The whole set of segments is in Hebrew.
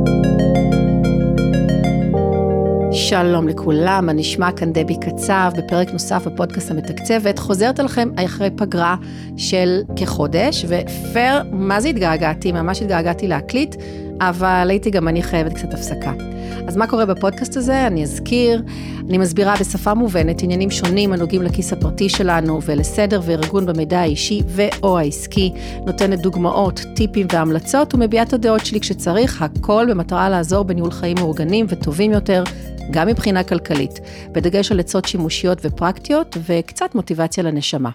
שלום לכולם, אני נשמע כאן דבי קצב, בפרק נוסף בפודקאסט המתקצבת, חוזרת עליכם אחרי פגרה של כחודש, ופייר, מה זה התגעגעתי? ממש התגעגעתי להקליט, אבל הייתי גם אני חייבת קצת הפסקה. אז מה קורה בפודקאסט הזה? אני אזכיר, אני מסבירה בשפה מובנת עניינים שונים הנוגעים לכיס הפרטי שלנו ולסדר וארגון במידע האישי ואו העסקי, נותנת דוגמאות, טיפים והמלצות ומביעה את הדעות שלי כשצריך, הכל במטרה לעזור בניהול חיים מאורגנים וטובים יותר, גם מבחינה כלכלית, בדגש על עצות שימושיות ופרקטיות וקצת מוטיבציה לנשמה.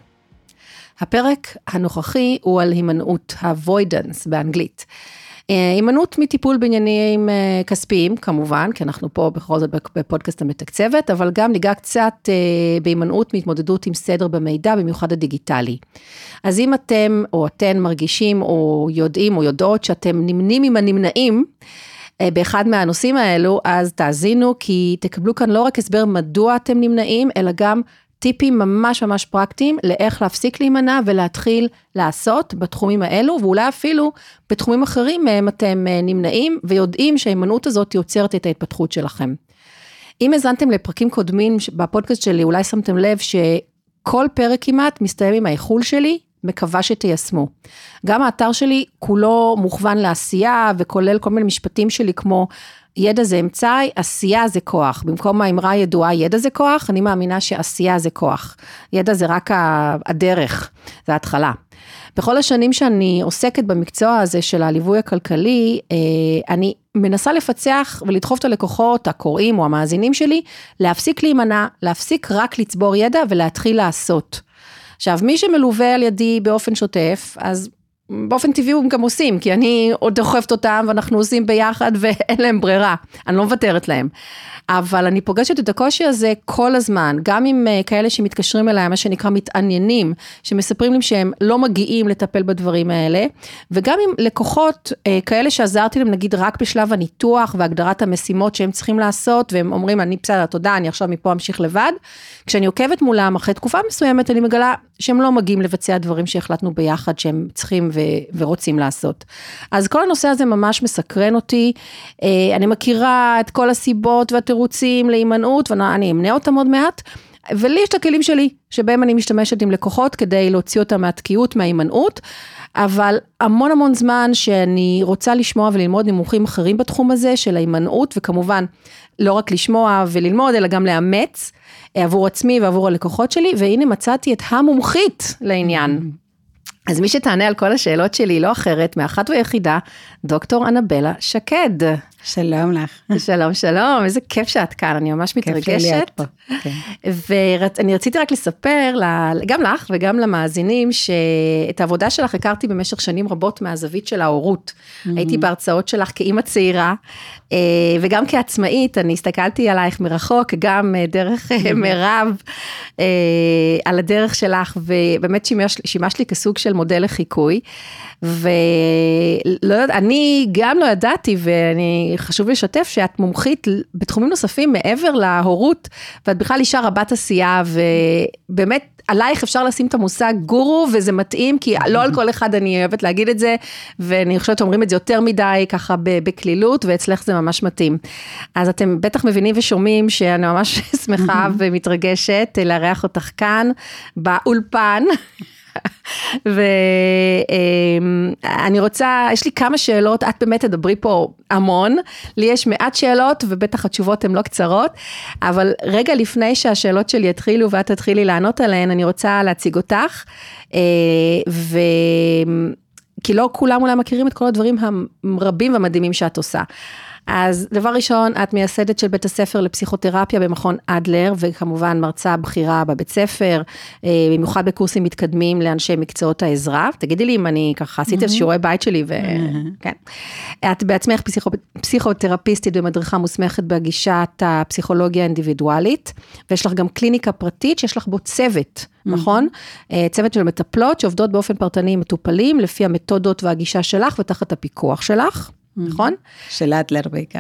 הפרק הנוכחי הוא על הימנעות, avoidance באנגלית. הימנעות מטיפול בעניינים כספיים, כמובן, כי אנחנו פה בכל זאת בפודקאסט המתקצבת, אבל גם ניגע קצת בהימנעות מהתמודדות עם סדר במידע, במיוחד הדיגיטלי. אז אם אתם או אתן מרגישים או יודעים או יודעות שאתם נמנים עם הנמנעים, באחד מהנושאים האלו, אז תאזינו, כי תקבלו כאן לא רק הסבר מדוע אתם נמנעים, אלא גם טיפים ממש ממש פרקטיים, לאיך להפסיק להימנע ולהתחיל לעשות בתחומים האלו, ואולי אפילו בתחומים אחרים מהם אתם נמנעים, ויודעים שההימנעות הזאת יוצרת את ההתפתחות שלכם. אם הזנתם לפרקים קודמים בפודקאסט שלי, אולי שמתם לב שכל פרק כמעט מסתיים עם האיחול שלי, מקווה שתיישמו. גם האתר שלי כולו מוכוון לעשייה, וכולל כל מיני משפטים שלי כמו, ידע זה אמצעי, עשייה זה כוח. במקום האמרה ידועה, ידע זה כוח, אני מאמינה שעשייה זה כוח. ידע זה רק הדרך, זה ההתחלה. בכל השנים שאני עוסקת במקצוע הזה של הליווי הכלכלי, אני מנסה לפצח ולדחוף את הלקוחות, הקוראים או המאזינים שלי, להפסיק להימנע, להפסיק רק לצבור ידע ולהתחיל לעשות. עכשיו, מי שמלווה על ידי באופן שוטף, אז באופן טבעי הם גם עושים, כי אני עוד דוחפת אותם, ואנחנו עושים ביחד, ואין להם ברירה, אני לא מוותרת להם. אבל אני פוגשת את הקושי הזה כל הזמן, גם עם כאלה שמתקשרים אליי, מה שנקרא מתעניינים, שמספרים לי שהם לא מגיעים לטפל בדברים האלה, וגם עם לקוחות כאלה שעזרתי להם, נגיד רק בשלב הניתוח, והגדרת המשימות שהם צריכים לעשות, והם אומרים, אני בסדר, תודה, אני עכשיו מפה אמשיך לבד. כשאני עוקבת מולם, אחרי תקופה מסוימת, אני מגלה שהם לא מגיעים לבצע דברים שהחלטנו ביחד, שהם צריכים ורוצים לעשות. אז כל הנושא הזה ממש מסקרן אותי, אני מכירה את כל הסיבות והתירוצים להימנעות, ואני אמנה אותם עוד מעט, ולי יש את הכלים שלי, שבהם אני משתמשת עם לקוחות, כדי להוציא אותם מהתקיעות, מההימנעות, אבל המון המון זמן שאני רוצה לשמוע וללמוד ממומחים אחרים בתחום הזה, של ההימנעות, וכמובן לא רק לשמוע וללמוד, אלא גם לאמץ, עבור עצמי ועבור הלקוחות שלי, והנה מצאתי את המומחית לעניין. אז מי שתענה על כל השאלות שלי, לא אחרת, מאחת ויחידה, דוקטור אנבלה שקד. שלום לך. שלום, שלום, איזה כיף שאת כאן, אני ממש מתרגשת. כיף להיות פה. ואני רציתי רק לספר, גם לך וגם למאזינים, שאת העבודה שלך הכרתי במשך שנים רבות מהזווית של ההורות. הייתי בהרצאות שלך כאימא צעירה, וגם כעצמאית, אני הסתכלתי עלייך מרחוק, גם דרך מירב, על הדרך שלך, ובאמת שימש לי כסוג של מודל לחיקוי, ואני גם לא ידעתי, ואני חשוב לשתף שאת מומחית בתחומים נוספים מעבר להורות, ואת בכלל אישה רבת עשייה, ובאמת עלייך אפשר לשים את המושג גורו, וזה מתאים, כי לא על כל אחד אני אוהבת להגיד את זה, ואני חושבת אומרים את זה יותר מדי ככה בכלילות, ואצלך זה ממש מתאים. אז אתם בטח מבינים ושומעים שאני ממש שמחה ומתרגשת לארח אותך כאן, באולפן, ואני רוצה, יש לי כמה שאלות, את באמת תדברי פה המון, לי יש מעט שאלות, ובטח התשובות הן לא קצרות, אבל רגע לפני שהשאלות שלי יתחילו, ואת תתחילי לענות עליהן, אני רוצה להציג אותך, כי לא כולם אולי מכירים את כל הדברים הרבים והמדהימים שאת עושה. אז דבר ראשון, את מייסדת של בית הספר לפסיכותרפיה במכון אדלר, וכמובן מרצה בכירה בבית ספר, במיוחד בקורסים מתקדמים לאנשי מקצועות העזרה. תגידי לי אם אני ככה עשיתי שיעורי בית שלי, וכן. את בעצמך פסיכותרפיסטית ומדריכה מוסמכת בגישת הפסיכולוגיה האינדיבידואלית, ויש לך גם קליניקה פרטית שיש לך בו צוות, נכון? צוות של מטפלות שעובדות באופן פרטני עם מטופלים, לפי המתודות והגישה שלך ותחת הפיקוח שלך. נכון? של אדלר בעיקר.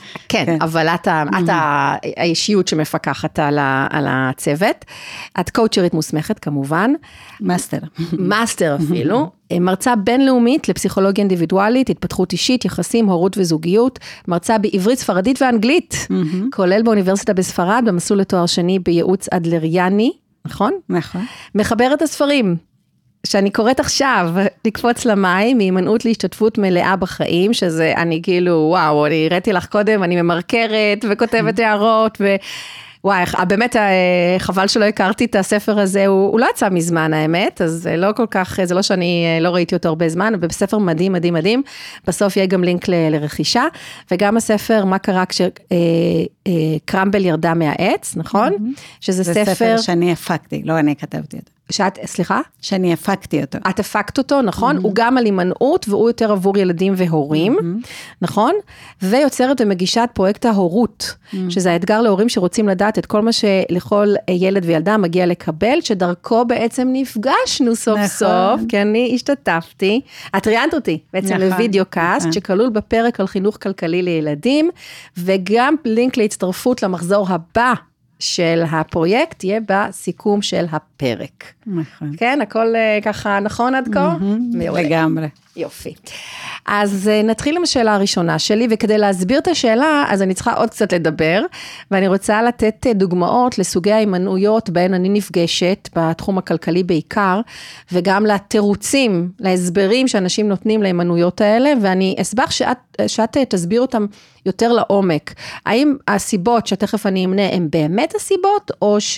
כן, אבל את האישיות שמפקחת על הצוות. את קואוצ'רית מוסמכת כמובן. מאסטר אפילו. מרצה בינלאומית לפסיכולוגיה אינדיבידואלית, התפתחות אישית, יחסים, הורות וזוגיות. מרצה בעברית, ספרדית ואנגלית. כולל באוניברסיטה בספרד, במסלול לתואר שני בייעוץ אדלריאני. נכון? נכון. מחברת הספרים. שאני קוראת עכשיו, לקפוץ למים, מהימנעות להשתתפות מלאה בחיים, שזה אני כאילו, וואו, אני הראיתי לך קודם, אני ממרקרת וכותבת הערות, וואי, באמת חבל שלא הכרתי את הספר הזה, הוא לא יצא מזמן האמת, אז לא כל כך, זה לא שאני לא ראיתי אותו הרבה זמן, בספר מדהים, מדהים, מדהים, בסוף יהיה גם לינק לרכישה, וגם הספר, מה קרה כשקרמבל ירדה מהעץ, נכון? שזה ספר שאני הפקתי, לא אני כתבתי אותו. סליחה? שאני הפקתי אותו. את הפקת אותו, נכון? הוא גם על הימנעות, והוא יותר עבור ילדים והורים, נכון? ויוצרת ומגישת פרויקט ההורות, שזה האתגר להורים שרוצים לדעת את כל מה שלכל ילד וילדה מגיע לקבל, שדרכו בעצם נפגשנו סוף סוף, כי אני השתתפתי, את ראיינת אותי בעצם לוידאו קאסט, שכלול בפרק על חינוך כלכלי לילדים, וגם לינק להצטרפות למחזור הבא, של הפרויקט, תהיה בסיכום של הפרק. נכון. כן, הכל ככה נכון עד כה? לגמרי. יופי. אז נתחיל עם השאלה הראשונה שלי, וכדי להסביר את השאלה, אז אני צריכה עוד קצת לדבר, ואני רוצה לתת דוגמאות לסוגי ההימנעויות, בהן אני נפגשת, בתחום הכלכלי בעיקר, וגם לתירוצים, להסברים שאנשים נותנים להימנעויות האלה, ואני אשמח שאת תסביר אותם יותר לעומק. האם הסיבות שתכף אני אמנה, הן באמת הסיבות,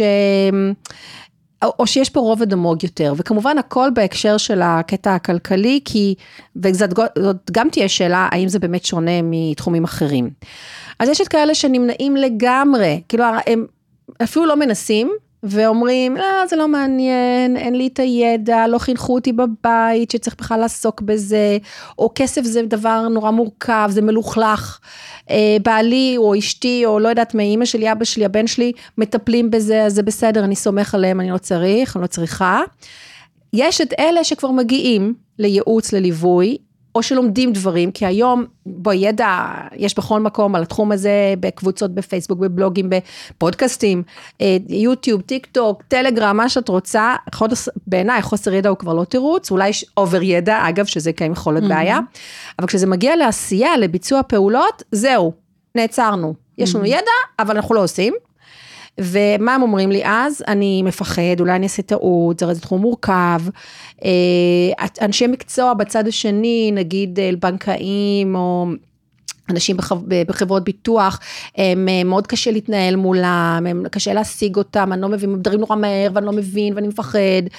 או שיש פה רובד עמוק יותר, וכמובן הכל בהקשר של הקטע הכלכלי, וזאת גם תהיה שאלה, האם זה באמת שונה מתחומים אחרים. אז יש את כאלה שנמנעים לגמרי, כאילו הם אפילו לא מנסים, ואומרים, לא, זה לא מעניין, אין לי את הידע, לא חינכו אותי בבית, שצריך בכלל לעסוק בזה, או כסף זה דבר נורא מורכב, זה מלוכלך, בעלי או אשתי, או לא יודעת מאמא שלי, אבא שלי, הבן שלי, מטפלים בזה, אז זה בסדר, אני סומך עליהם, אני לא צריך, אני לא צריכה. יש את אלה שכבר מגיעים לייעוץ, לליווי, או שלומדים דברים, כי היום בידע יש בכל מקום על התחום הזה, בקבוצות בפייסבוק, בבלוגים, בפודקאסטים, יוטיוב, טיק טוק, טלגרם, מה שאת רוצה, בעיניי חוסר ידע הוא כבר לא תירוץ, אולי יש אובר ידע, אגב שזה קיים יכול להיות בעיה, אבל כשזה מגיע לעשייה, לביצוע פעולות, זהו, נעצרנו, יש לנו ידע, אבל אנחנו לא עושים, ומה הם אומרים לי אז? אני מפחד, אולי אני אעשה טעות, זה תחום מורכב, אנשי מקצוע בצד השני, נגיד בנקאים, או אנשים בחברות ביטוח, הם מאוד קשה להתנהל מולם, הם קשה להשיג אותם, אני לא מבין, הם מדברים נורא מהר, ואני לא מבין, ואני מפחד,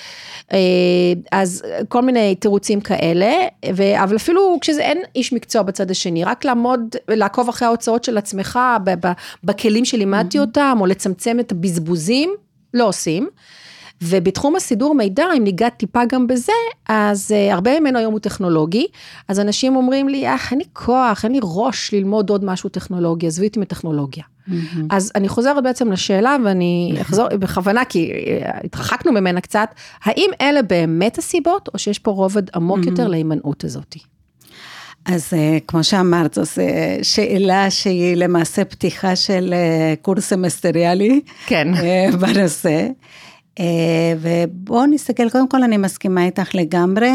אז כל מיני תירוצים כאלה, אבל אפילו כשזה אין איש מקצוע בצד השני, רק לעקוב אחרי ההוצאות של עצמך, בכלים שלימדתי אותם, או לצמצם את הבזבוזים, לא עושים, ובתחום הסידור מידע, אם ניגע טיפה גם בזה, אז הרבה ממנו היום הוא טכנולוגי, אז אנשים אומרים לי, אין לי כוח, אין לי ראש ללמוד עוד משהו טכנולוגי, עזבי אותי מטכנולוגיה. אז אני חוזרת בעצם לשאלה, ואני אחזור בכוונה, כי התרחקנו ממנה קצת, האם אלה באמת הסיבות, או שיש פה רובד עמוק יותר להימנעות הזאת? אז כמו שאמרת, זו שאלה שהיא למעשה פתיחה של קורס סמסטריאלי, כן. בנושא, ובואו נסתכל, קודם כל אני מסכימה איתך לגמרי,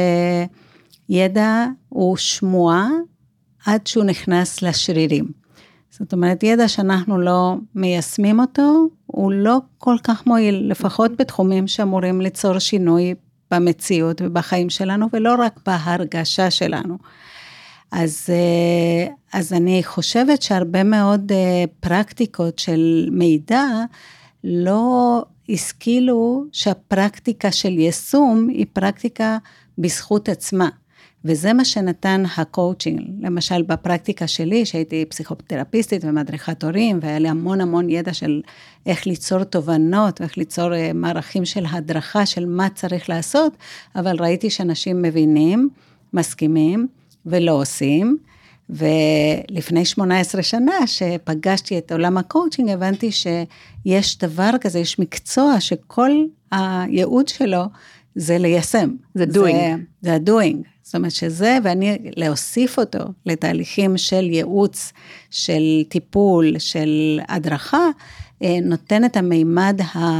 שידע הוא שמוע, עד שהוא נכנס לשרירים. זאת אומרת, ידע שאנחנו לא מיישמים אותו, הוא לא כל כך מועיל, לפחות בתחומים שאמורים ליצור שינוי במציאות ובחיים שלנו, ולא רק בהרגשה שלנו. אז אני חושבת שהרבה מאוד פרקטיקות של מידע, לא השכילו שהפרקטיקה של יישום, היא פרקטיקה בזכות עצמה. וזה מה שנתן הקואוצ'ינג, למשל בפרקטיקה שלי, שהייתי פסיכותרפיסטית ומדריכת הורים, והיה לי המון ידע של איך ליצור תובנות, ואיך ליצור מערכים של הדרכה, של מה צריך לעשות, אבל ראיתי שאנשים מבינים, מסכימים, ולא עושים, ולפני 18 שנה, שפגשתי את עולם הקואוצ'ינג, הבנתי שיש דבר כזה, יש מקצוע, שכל הייעוד שלו, זה ליישם. זה doing. זה ה-doing. זאת אומרת שזה, ואני להוסיף אותו לתהליכים של ייעוץ, של טיפול, של הדרכה, נותן את המימד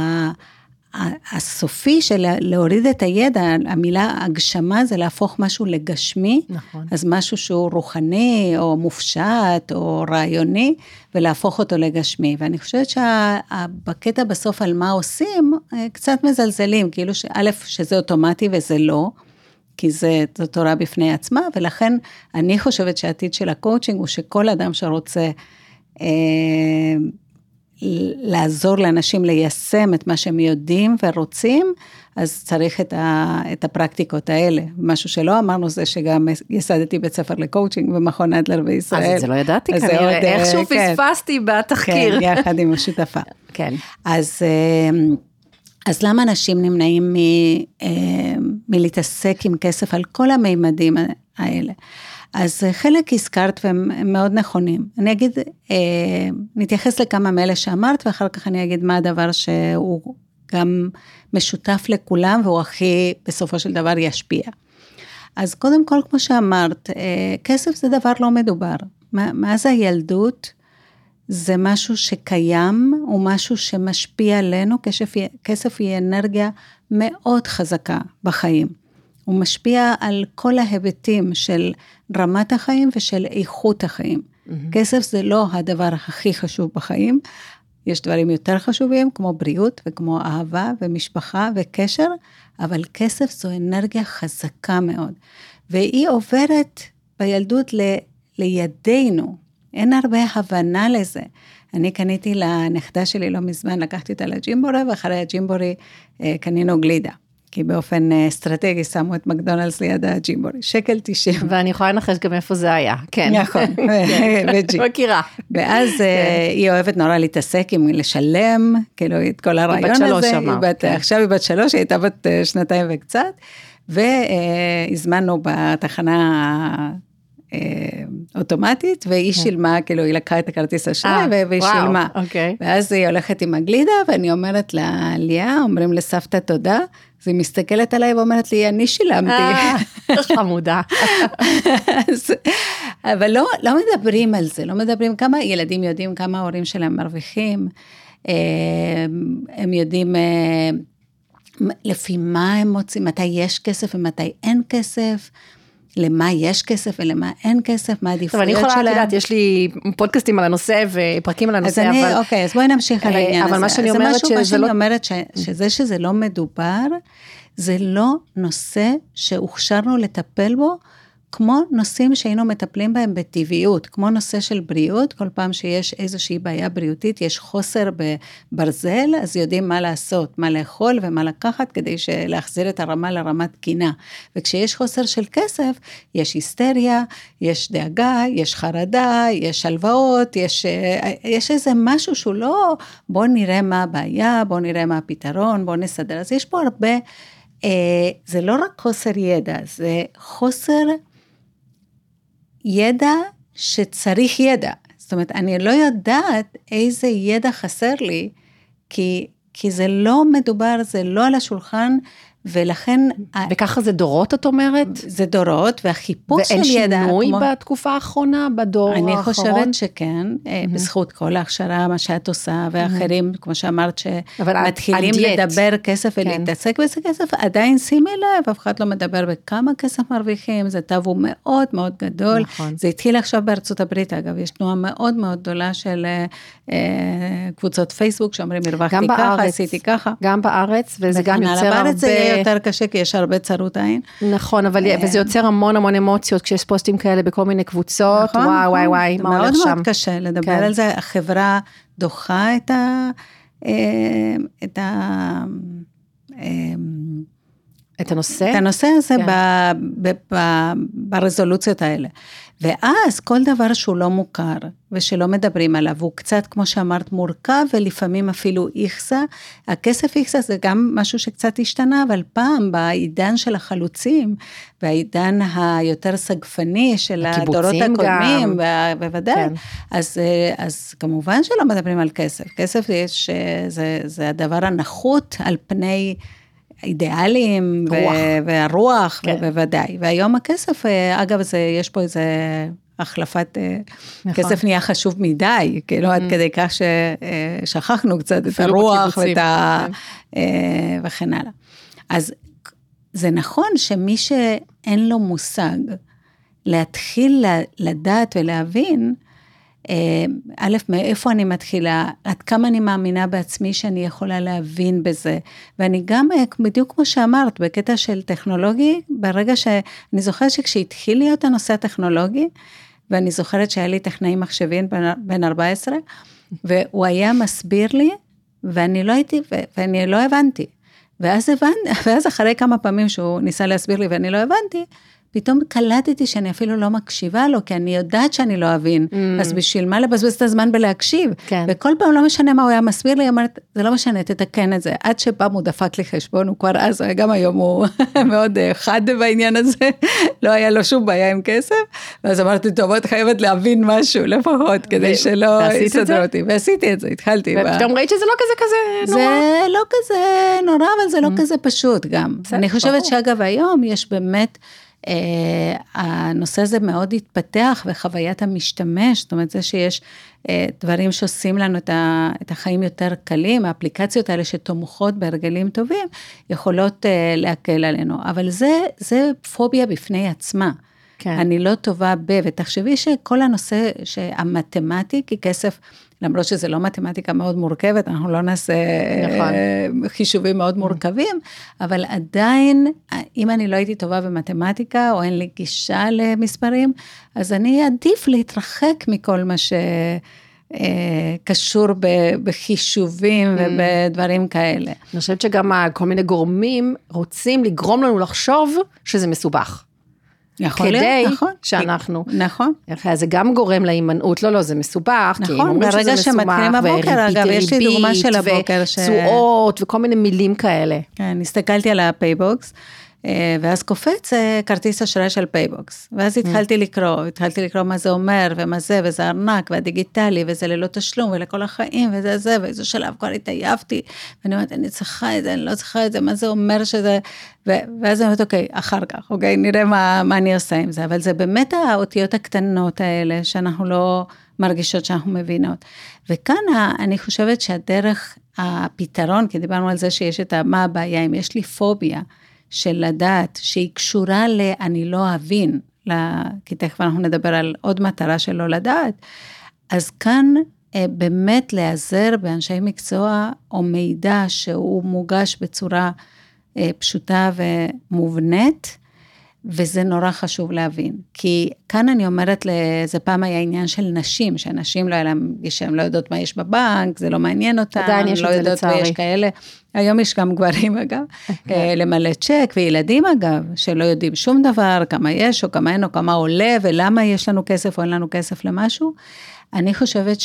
הסופי של להוריד את הידע, המילה הגשמה זה להפוך משהו לגשמי, נכון. אז משהו שהוא רוחני או מופשט או רעיוני, ולהפוך אותו לגשמי. ואני חושבת שבקטע בסוף על מה עושים, קצת מזלזלים, כאילו שא' שזה אוטומטי וזה לא, כי זו תורה בפני עצמה, ולכן אני חושבת שהעתיד של הקואוצ'ינג הוא שכל אדם שרוצה לעזור לאנשים ליישם את מה שהם יודעים ורוצים, אז צריך את הפרקטיקות האלה. משהו שלא אמרנו זה שגם יסדתי בית ספר לקואוצ'ינג במכון אדלר בישראל. אז זה לא ידעתי כנראה, איכשהו פספסתי בתחקיר. כן, יחד עם השותפה. כן. אז למה אנשים נמנעים מלהתעסק עם כסף על כל המימדים האלה? אז חלק הזכרת והם מאוד נכונים. אני אגיד, נתייחס לכמה מאלה שאמרת, ואחר כך אני אגיד מה הדבר שהוא גם משותף לכולם, והוא הכי בסופו של דבר ישפיע. אז קודם כל, כמו שאמרת, כסף זה דבר לא מדובר. מה זה הילדות? זה משהו שקיים, הוא משהו שמשפיע עלינו, כסף היא אנרגיה מאוד חזקה בחיים. הוא משפיע על כל ההיבטים של רמת החיים ושל איכות החיים. כסף זה לא הדבר הכי חשוב בחיים, יש דברים יותר חשובים, כמו בריאות וכמו אהבה ומשפחה וקשר, אבל כסף זו אנרגיה חזקה מאוד, והיא עוברת בילדות לידינו, אין הרבה הבנה לזה. אני קניתי לנכדה שלי לא מזמן, לקחתי אותה לג'ימבורי, ואחרי הג'ימבורי קנינו גלידה. כי באופן אסטרטגי שמו את מקדונלדס ליד הג'ימבורי, 1.90. ואני יכולה לנחש גם איפה זה היה, כן. נכון, מכירה. ואז היא אוהבת נורא להתעסק עם לשלם, כאילו את כל הרעיון הזה. היא בת 3 אמרת. עכשיו היא בת 3, היא הייתה בת 2 וקצת, והזמנו בתחנה אוטומטית, והיא שילמה, כאילו היא לקחה את הכרטיס אשראי, והיא שילמה. ואז היא הולכת עם הגלידה, ואני אומרת לה, ליה, אומרים לסבתא תודה, אז היא מסתכלת עליי ואומרת לי, אני שילמתי. חמודה. אבל לא מדברים על זה, לא מדברים כמה ילדים יודעים, כמה ההורים שלהם מרוויחים, הם יודעים לפי מה הם מוצאים, מתי יש כסף ומתי אין כסף, למה יש כסף ולמה אין כסף, מה העדיפויות שלהם. אני יכולה לדעת, יש לי פודקאסטים על הנושא ופרקים על הנושא, אבל... אוקיי, אז בואי נמשיך על העניין הזה. אבל מה שאני אומרת שזה לא... שזה לא מדובר, זה לא נושא שהוכשרנו לטפל בו, כמו נושאים שהיינו מטפלים בהם בטבעיות, כמו נושא של בריאות, כל פעם שיש איזושהי בעיה בריאותית, יש חוסר בברזל, אז יודעים מה לעשות, מה לאכול ומה לקחת, כדי להחזיר את הרמה לרמת תקינה. וכשיש חוסר של כסף, יש היסטריה, יש דאגה, יש חרדה, יש הלוואות, יש איזה משהו שהוא לא, בוא נראה מה הבעיה, בוא נראה מה הפתרון, בוא נסדר. אז יש פה הרבה, זה לא רק חוסר ידע, זה חוסר ידע שצריך ידע. זאת אומרת, אני לא יודעת איזה ידע חסר לי, כי זה לא מדובר, זה לא על השולחן, ולכן... וככה זה דורות, את אומרת? זה דורות, והחיפוש של ידע... ואין שינוי בתקופה האחרונה, בדור האחרון? אני חושבת שכן, בזכות כל ההכשרה, מה שאת עושה, ואחרים, כמו שאמרת, שמתחילים לדבר כסף ולהתעסק בזה כסף, עדיין שימי לב, אף אחד לא מדבר בכמה כסף מרוויחים, זה טבו מאוד מאוד גדול, זה התחיל עכשיו בארצות הברית, אגב, יש תנועה מאוד מאוד גדולה של קבוצות פייסבוק, שאומרים, הרווחתי ככה, עשיתי ככה. גם בארץ, וזה גם יוצר הרבה... יותר קשה, כי יש הרבה צרות עין. נכון, וזה יוצר המון המון אמוציות, כשיש פוסטים כאלה בכל מיני קבוצות, וואי, מה הולך שם. מאוד מאוד קשה לדבר על זה, החברה דוחה את הנושא? את הנושא הזה ברזולוציות האלה. ואז כל דבר שהוא לא מוכר, ושלא מדברים עליו, הוא קצת, כמו שאמרת, מורכב, ולפעמים אפילו איכסה. הכסף איכסה זה גם משהו שקצת השתנה, אבל פעם, בעידן של החלוצים, והעידן היותר סגפני של הדורות הקודמים, בוודאי, כן. אז כמובן שלא מדברים על כסף. כסף זה הדבר הנחות על פני... האידיאלים והרוח, בוודאי. והיום הכסף, אגב, יש פה איזה החלפת, כסף נהיה חשוב מדי, כאילו עד כדי כך ששכחנו קצת את הרוח וכן הלאה. אז זה נכון שמי שאין לו מושג, להתחיל לדעת ולהבין, א', מאיפה אני מתחילה, עד כמה אני מאמינה בעצמי שאני יכולה להבין בזה, ואני גם, בדיוק כמו שאמרת, בקטע של טכנולוגי, ברגע שאני זוכרת שכשהתחיל להיות הנושא הטכנולוגי, ואני זוכרת שהיה לי טכנאי מחשבים בן 14, והוא היה מסביר לי, ואני לא הבנתי, ואז אחרי כמה פעמים שהוא ניסה להסביר לי ואני לא הבנתי, פתאום קלטתי שאני אפילו לא מקשיבה לו, כי אני יודעת שאני לא אבין, אז בשביל מה לבזבז את הזמן בלהקשיב? וכל פעם לא משנה מה הוא היה מסביר לי, אמרת, זה לא משנה, תתקן את זה. עד שפעם הוא דפק לי חשבון, הוא כבר אז, גם היום הוא מאוד חד בעניין הזה, לא היה לו שום בעיה עם כסף, ואז אמרתי, טוב, את חייבת להבין משהו, לפחות, כדי שלא יסדר אותי. ועשיתי את זה, התחלתי. ופתאום ראית שזה לא כזה נורא. זה לא כזה נורא, אבל זה לא כזה פשוט גם. אני חושבת שאגב היום יש באמת, הנושא הזה מאוד התפתח, וחוויית המשתמש, זאת אומרת, זה שיש דברים שעושים לנו את החיים יותר קלים, האפליקציות האלה שתומכות בהרגלים טובים, יכולות להקל עלינו, אבל זה פוביה בפני עצמה. כן. אני לא טובה ותחשבי שכל הנושא שהמתמטי, כי כסף, למרות שזה לא מתמטיקה מאוד מורכבת, אנחנו לא נעשה חישובים מאוד מורכבים, אבל עדיין, אם אני לא הייתי טובה במתמטיקה, או אין לי גישה למספרים, אז אני עדיף להתרחק מכל מה שקשור בחישובים ובדברים כאלה. אני חושבת שגם כל מיני גורמים רוצים לגרום לנו לחשוב שזה מסובך. כדי שאנחנו, נכון. זה גם גורם להימנעות, לא, זה מסובך, כי הם אומרים שזה מסובך, וריבית דריבית, ותשואות, וכל מיני מילים כאלה. כן, הסתכלתי על הפייבוקס, ואז קופץ כרטיס אשראי של פייבוקס, ואז התחלתי לקרוא מה זה אומר, ומה זה, וזה ארנק, והדיגיטלי, וזה ללא תשלום, ולכל החיים, וזה, ואיזה שלב כבר התעייפתי, ואני אומרת, אני צריכה את זה, אני לא צריכה את זה, מה זה אומר שזה, ואז אני אומרת, אוקיי, אחר כך, אוקיי, נראה מה אני עושה עם זה, אבל זה באמת האותיות הקטנות האלה, שאנחנו לא מרגישות שאנחנו מבינות, וכאן אני חושבת שהדרך, הפתרון, כי דיברנו על זה שיש מה הבעיה, אם יש לי פוביה, של לדעת, שהיא קשורה אני לא אבין, כי תכף אנחנו נדבר על עוד מטרה של לא לדעת, אז כאן באמת להיעזר באנשי מקצוע, או מידע שהוא מוגש בצורה פשוטה ומובנית, וזה נורא חשוב להבין, כי כאן אני אומרת, זה פעם היה עניין של נשים, שאנשים לא היה להם, שהן לא יודעות מה יש בבנק, זה לא מעניין אותם, עדיין יש לא את זה יודעות לצערי. ויש כאלה, היום יש גם גברים אגב, למלא צ'ק, וילדים אגב, שלא יודעים שום דבר, כמה יש או כמה אין, או כמה עולה, ולמה יש לנו כסף או אין לנו כסף למשהו, אני חושבת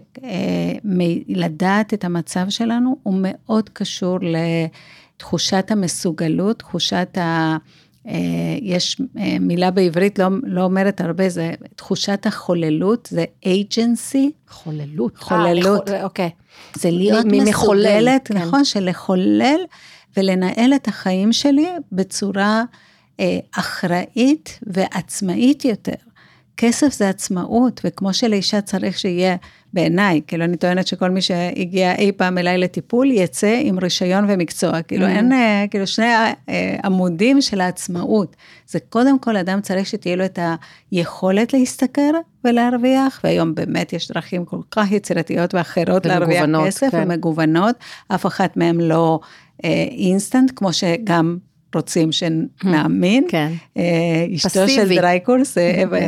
שלדעת את המצב שלנו, הוא מאוד קשור לתחושת המסוגלות, תחושת יש מילה בעברית, לא אומרת הרבה, זה תחושת החוללות, זה agency. חוללות. אוקיי. זה להיות מסוגלת, נכון, של לחולל ולנהל את החיים שלי בצורה אחראית ועצמאית יותר. כסף זה עצמאות, וכמו שלאישה צריך שיהיה בעיניי, כאילו אני טוענת שכל מי שהגיע אי פעם אליי לטיפול, יצא עם רישיון ומקצוע, כאילו אין, כאילו שני עמודים של העצמאות, זה קודם כל אדם צריך שתהיה לו את היכולת להשתכר ולהרוויח, והיום באמת יש דרכים כל כך יצירתיות ואחרות להרוויח כסף, ומגוונות, אף אחת מהם לא אינסטנט, כמו שגם רוצים שנאמין, אשתו של דרייקורס,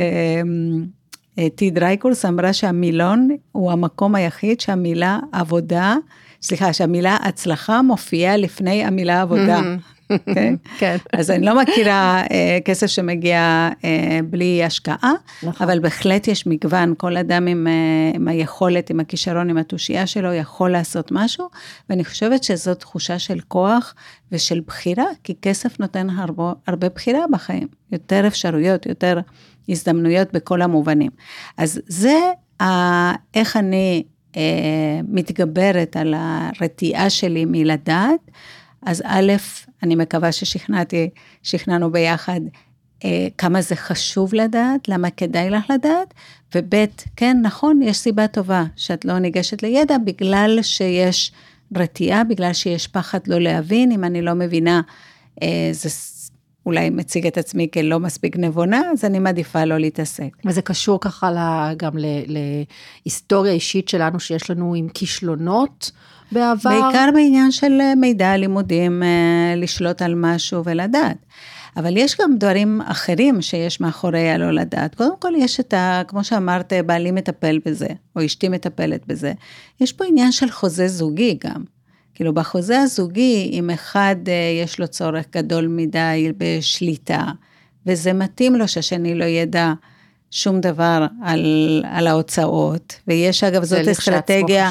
טי דרייקורס אמרה שהמילון הוא המקום היחיד שהמילה עבודה, שהמילה הצלחה מופיעה לפני המילה עבודה. אז אני לא מכירה כסף שמגיע בלי השקעה, אבל בהחלט יש מגוון, כל אדם עם היכולת, עם הכישרון, עם התושייה שלו, יכול לעשות משהו, ואני חושבת שזו תחושה של כוח ושל בחירה, כי כסף נותן הרבה בחירה בחיים, יותר אפשרויות, יותר הזדמנויות בכל המובנים. אז זה איך אני מתגברת על הרתיעה שלי מלדעת, אז א', אני מקווה ששכנענו ביחד, כמה זה חשוב לדעת, למה כדאי לך לדעת, וב' כן, נכון, יש סיבה טובה, שאת לא ניגשת לידע, בגלל שיש רתיעה, בגלל שיש פחד לא להבין, אם אני לא מבינה, זה אולי מציג את עצמי כלא מספיק נבונה, אז אני מעדיפה לא להתעסק. וזה קשור ככה גם להיסטוריה אישית שלנו, שיש לנו עם כישלונות בעבר. בעיקר בעניין של מידע, לימודים, לשלוט על משהו ולדעת. אבל יש גם דברים אחרים שיש מאחורי הלא לדעת. קודם כל יש כמו שאמרת, בעלי מטפל בזה, או אשתי מטפלת בזה. יש פה עניין של חוזה זוגי גם. כאילו בחוזה הזוגי, אם אחד יש לו צורך גדול מדי בשליטה, וזה מתאים לו שהשני לא ידע שום דבר על ההוצאות, ויש אגב זאת אסטרטגיה,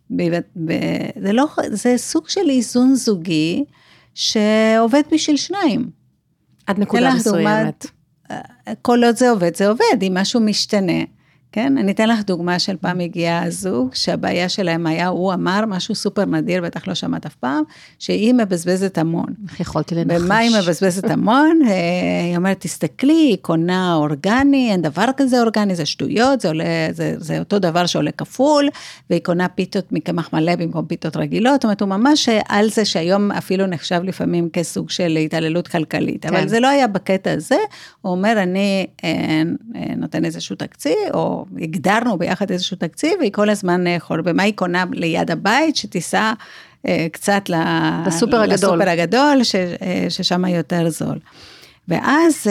זה סוג של איזון זוגי, שעובד בשביל שניים. עד נקודה מסוימת. כל עוד זה עובד, זה עובד, אם משהו משתנה. כן? אני אתן לך דוגמה של פעם הגיעה הזוג, שהבעיה שלהם היה, הוא אמר משהו סופר נדיר, בטח לא שמעת אף פעם, שהיא מבזבזת המון. איך יכולתי לנחש? במה היא מבזבזת המון? היא אומרת, תסתכלי, היא קונה אורגני, אין דבר כזה אורגני, זה שטויות, זה אותו דבר שעולה כפול, והיא קונה פיתות מקמח מלא במקום פיתות רגילות, זאת אומרת, הוא ממש על זה שהיום אפילו נחשב לפעמים כסוג של התעללות כלכלית, אבל זה לא היה בקטע הזה, הוא אומר, אני נותן איזשהו תקציב, או הגדרנו ביחד איזשהו תקציב, והיא כל הזמן יכול, במה היא קונה ליד הבית, שתיסע קצת לסופר הגדול, ששם יותר זול. ואז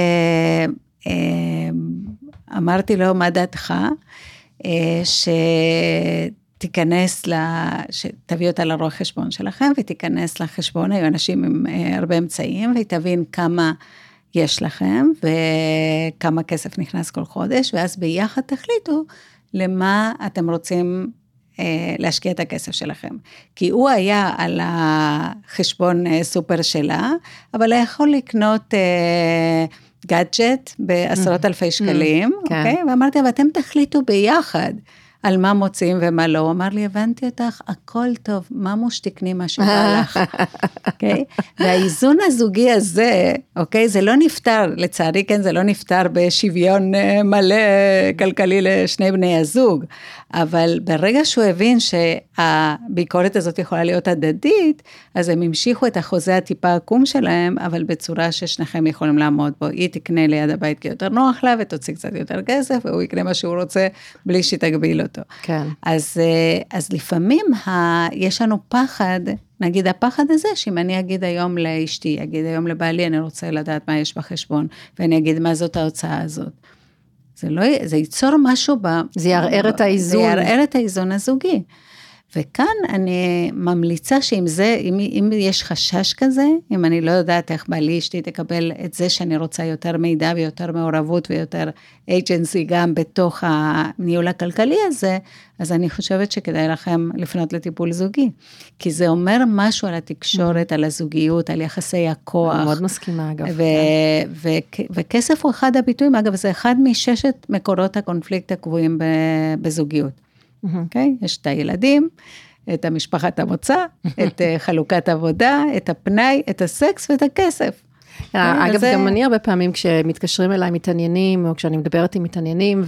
אמרתי לו, מה דעתך? שתיכנס, שתביא אותה לרואה חשבון שלכם, ותיכנס לחשבון, היו אנשים עם הרבה אמצעים, והיא תבין כמה יש לכם, וכמה כסף נכנס כל חודש, ואז ביחד תחליטו למה אתם רוצים להשקיע את הכסף שלכם. כי הוא היה על החשבון סופר שלה, אבל הוא יכול לקנות גאדג'ט בעשרות אלפי שקלים, אוקיי? ואמרתי, אבל אתם תחליטו ביחד על מה מוצאים ומה לא. הוא אמר לי, הבנתי אותך, הכל טוב, ממוש תקני מה שבא לך. אוקיי? והאיזון הזוגי הזה, אוקיי, זה לא נפטר, לצערי כן, זה לא נפטר בשוויון מלא כלכלי לשני בני הזוג, אבל ברגע שהוא הבין שהביקורת הזאת יכולה להיות הדדית, אז הם המשיכו את החוזה הטיפה עקום שלהם, אבל בצורה ששניכם יכולים לעמוד בו. היא תקנה ליד הבית כי יותר נוח לה, ותוציא קצת יותר כסף, והוא יקנה מה שהוא רוצה, בלי שתגביל אותו. כן. אז לפעמים יש לנו פחד, נגיד הפחד הזה, שאם אני אגיד היום לאשתי, אגיד היום לבעלי, אני רוצה לדעת מה יש בחשבון, ואני אגיד מה זאת ההוצאה הזאת. זה ייצור משהו זה יערער את האיזון. זה יערער את האיזון הזוגי. וכאן אני ממליצה אם יש חשש כזה, אם אני לא יודעת איך בעלי אשתי תקבל את זה שאני רוצה יותר מידע ויותר מעורבות ויותר agency גם בתוך הניהול הכלכלי הזה, אז אני חושבת שכדאי לכם לפנות לטיפול זוגי. כי זה אומר משהו על התקשורת, על הזוגיות, על יחסי הכוח. אני מאוד מסכימה אגב. וכסף הוא אחד הביטויים, אגב זה אחד מששת מקורות הקונפליקט הקבועים בזוגיות. אוקיי? יש את הילדים, את המשפחת המוצא, את חלוקת עבודה, את הפנאי, את הסקס ואת הכסף. אגב, גם אני הרבה פעמים כשמתקשרים אליי מתעניינים, או כשאני מדברת עם מתעניינים,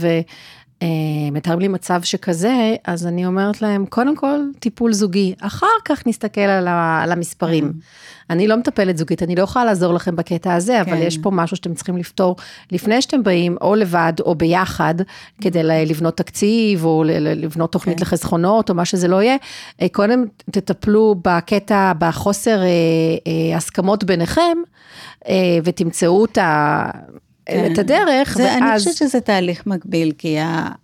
ומתארים לי מצב שכזה, אז אני אומרת להם, קודם כל טיפול זוגי, אחר כך נסתכל על המספרים. אני לא מטפלת זוגית, אני לא יכולה לעזור לכם בקטע הזה, אבל יש פה משהו שאתם צריכים לפתור, לפני שאתם באים, או לבד, או ביחד, כדי לבנות תקציב, או לבנות תוכנית לחסכונות, או מה שזה לא יהיה, קודם תטפלו בקטע, בחוסר הסכמות ביניכם, ותמצאו את הדרך, אני חושבת שזה תהליך מקביל, כי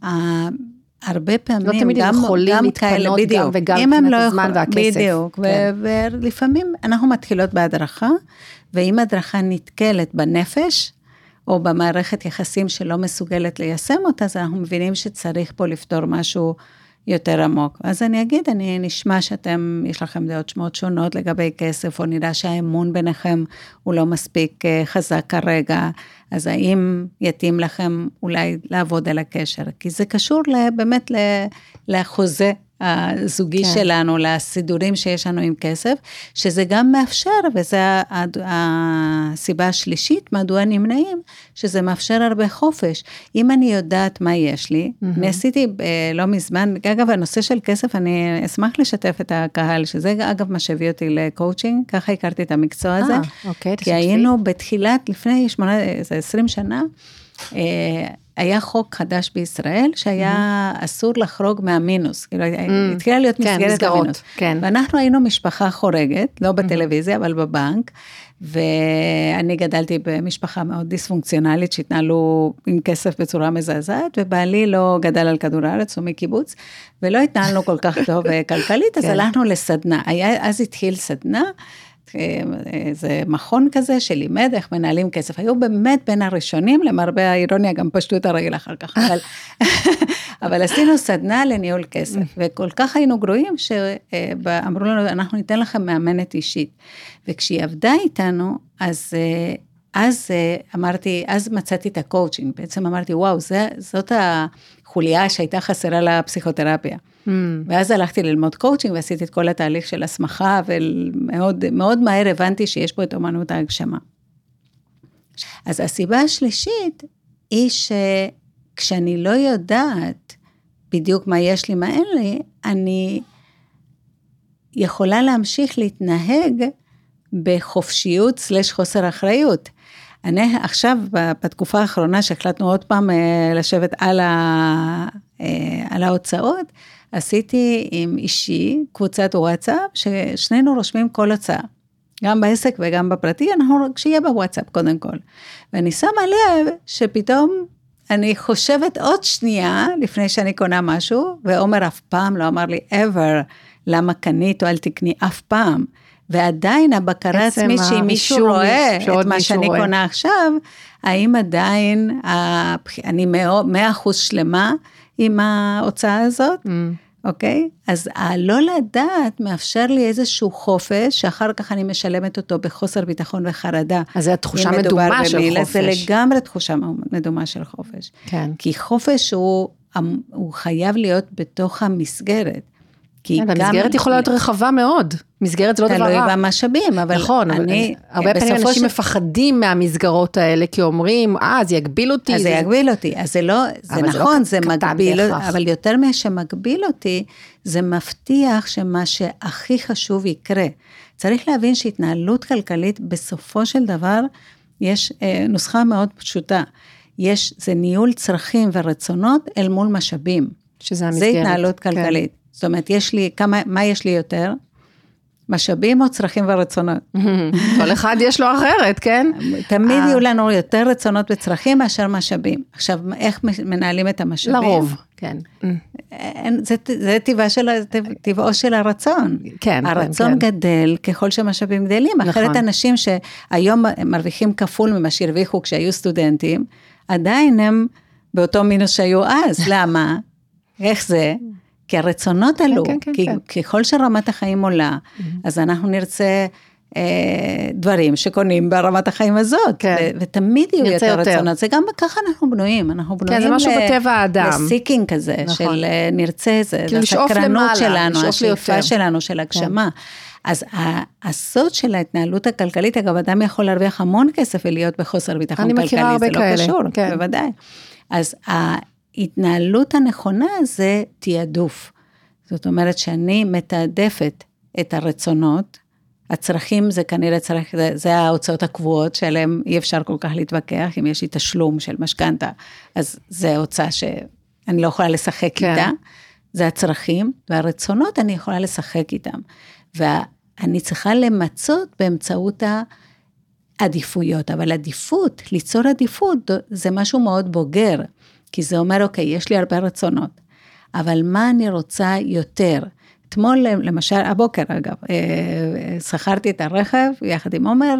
הרבה פעמים, לא תמיד הם יכולים להתפנות גם וגם מבחינת הזמן והכסף. בדיוק, ולפעמים אנחנו מתחילות בהדרכה, ואם הדרכה נתקלת בנפש, או במערכת יחסים שלא מסוגלת ליישם אותה, אז אנחנו מבינים שצריך פה לפתור משהו יותר עמוק. אז אני אגיד, אני נשמע יש לכם דעות מאוד שונות לגבי כסף, או נראה שהאמון ביניכם הוא לא מספיק חזק כרגע, אז האם יתאים לכם אולי לעבוד על הקשר? כי זה קשור באמת לחוזה הזוגי שלנו, לסידורים שיש לנו עם כסף, שזה גם מאפשר, וזו הסיבה השלישית, מדוע נמנעים, שזה מאפשר הרבה חופש. אם אני יודעת מה יש לי, אני עשיתי לא מזמן, אגב, הנושא של כסף, אני אשמח לשתף את הקהל, שזה אגב מה שהביא אותי לקואוצ'ינג, ככה הכרתי את המקצוע הזה, אוקיי, כי היינו בתחילת, לפני 20 שנה, היה חוק חדש בישראל, שהיה אסור לחרוג מהמינוס, כאילו התחילה להיות מסגרת המינוס, ואנחנו היינו משפחה חורגת, לא בטלוויזיה, אבל בבנק, ואני גדלתי במשפחה מאוד דיספונקציונלית, שהתנהלו עם כסף בצורה מזעזעת, ובעלי לא גדל על כדור הארץ, הוא מקיבוץ, ולא התנהלנו כל כך טוב כלכלית, אז הלכנו לסדנה, אז התחיל סדנה, זה מכון כזה שלימד איך מנהלים כסף, היו באמת בין הראשונים, למרבה האירוניה גם פשטו את הרגל אחר כך, אבל עשינו סדנה לניהול כסף, וכל כך היינו גרועים, שאמרו לנו, אנחנו ניתן לכם מאמנת אישית, וכשהיא עבדה איתנו, אז אמרתי, אז מצאתי את הקואוצ'ינג, בעצם אמרתי, וואו, זאת החוליה שהייתה חסרה לפסיכותרפיה, ואז הלכתי ללמוד קואוצ'ינג, ועשיתי את כל התהליך של הסמכה, ומאוד מהר הבנתי שיש פה את אומנות ההגשמה. אז הסיבה השלישית, היא שכשאני לא יודעת בדיוק מה יש לי, מה אין לי, אני יכולה להמשיך להתנהג בחופשיות / חוסר אחריות. אני עכשיו, בתקופה האחרונה, שהחלטנו עוד פעם לשבת על ההוצאות, עשיתי עם אישי קבוצת וואטסאפ, ששנינו רושמים כל הוצאה, גם בעסק וגם בפרטי, כשיהיה בוואטסאפ קודם כל. ואני שמה לב שפתאום אני חושבת עוד שנייה, לפני שאני קונה משהו, ועומר אף פעם לא אמר לי ever, למה קנית או אל תקני אף פעם, ועדיין הבקרה עצמית, שאם מישהו רואה את מה שאני קונה עכשיו, האם עדיין, אני 100% שלמה עם ההוצאה הזאת, אוקיי? אז הלא לדעת מאפשר לי איזשהו חופש, שאחר כך אני משלמת אותו בחוסר ביטחון וחרדה. אז זו התחושה מדומה של חופש. זה לגמרי תחושה מדומה של חופש. כן. כי חופש הוא חייב להיות בתוך המסגרת. כן, המסגרת יכולה להיות רחבה מאוד, מסגרת זה לא דבר רע. תלוי במשאבים, אבל נכון, הרבה פעמים אנשים מפחדים מהמסגרות האלה, כי אומרים, זה יגביל אותי. אז זה יגביל אותי, אז זה לא, זה נכון, זה מגביל, אבל יותר משמגביל אותי, זה מבטיח שמה שהכי חשוב יקרה. צריך להבין שהתנהלות כלכלית, בסופו של דבר, יש נוסחה מאוד פשוטה, זה ניהול צרכים ורצונות אל מול משאבים. שזה המסגרת. זה התנהלות כלכלית. זאת אומרת, מה יש לי יותר? משאבים או צרכים ורצונות? כל אחד יש לו אחרת, כן? תמיד יהיו לנו יותר רצונות וצרכים מאשר משאבים. עכשיו, איך מנהלים את המשאבים? לרוב, כן. זה טבעו של הרצון. כן. הרצון גדל ככל שמשאבים גדלים. אחרת אנשים שהיום מרוויחים כפול ממה שהרוויחו כשהיו סטודנטים, עדיין הם באותו מינוס שהיו אז. למה? איך זה? כי הרצונות עלו, כי ככל שרמת החיים עולה, אז אנחנו נרצה דברים שקונים ברמת החיים הזאת, ותמיד יהיו יותר רצונות, זה גם ככה אנחנו בנויים, כן, זה משהו בטבע האדם. לסיקינג כזה, של נרצה, זה הסקרנות שלנו, השאיפה שלנו, של הגשמה. אז הסוד של ההתנהלות הכלכלית, אגב, אדם יכול להרוויח המון כסף ולהיות בחוסר ביטחון כלכלי, אני מכירה הרבה כאלה. זה לא קשור, בוודאי. אז ההתנהלות הנכונה זה תיעדוף. זאת אומרת שאני מתעדפת את הרצונות, הצרכים זה כנראה זה ההוצאות הקבועות שעליהם אי אפשר כל כך להתווכח, אם יש לי תשלום של משכנתה, אז זה הוצאה שאני לא יכולה לשחק איתה, זה הצרכים, והרצונות אני יכולה לשחק איתם, ואני צריכה למצות באמצעות העדיפויות, אבל עדיפות, ליצור עדיפות, זה משהו מאוד בוגר, כי זה אומר, אוקיי, יש לי הרבה רצונות, אבל מה אני רוצה יותר? אתמול, למשל, הבוקר, אגב, שכרתי את הרכב, יחד עם עומר,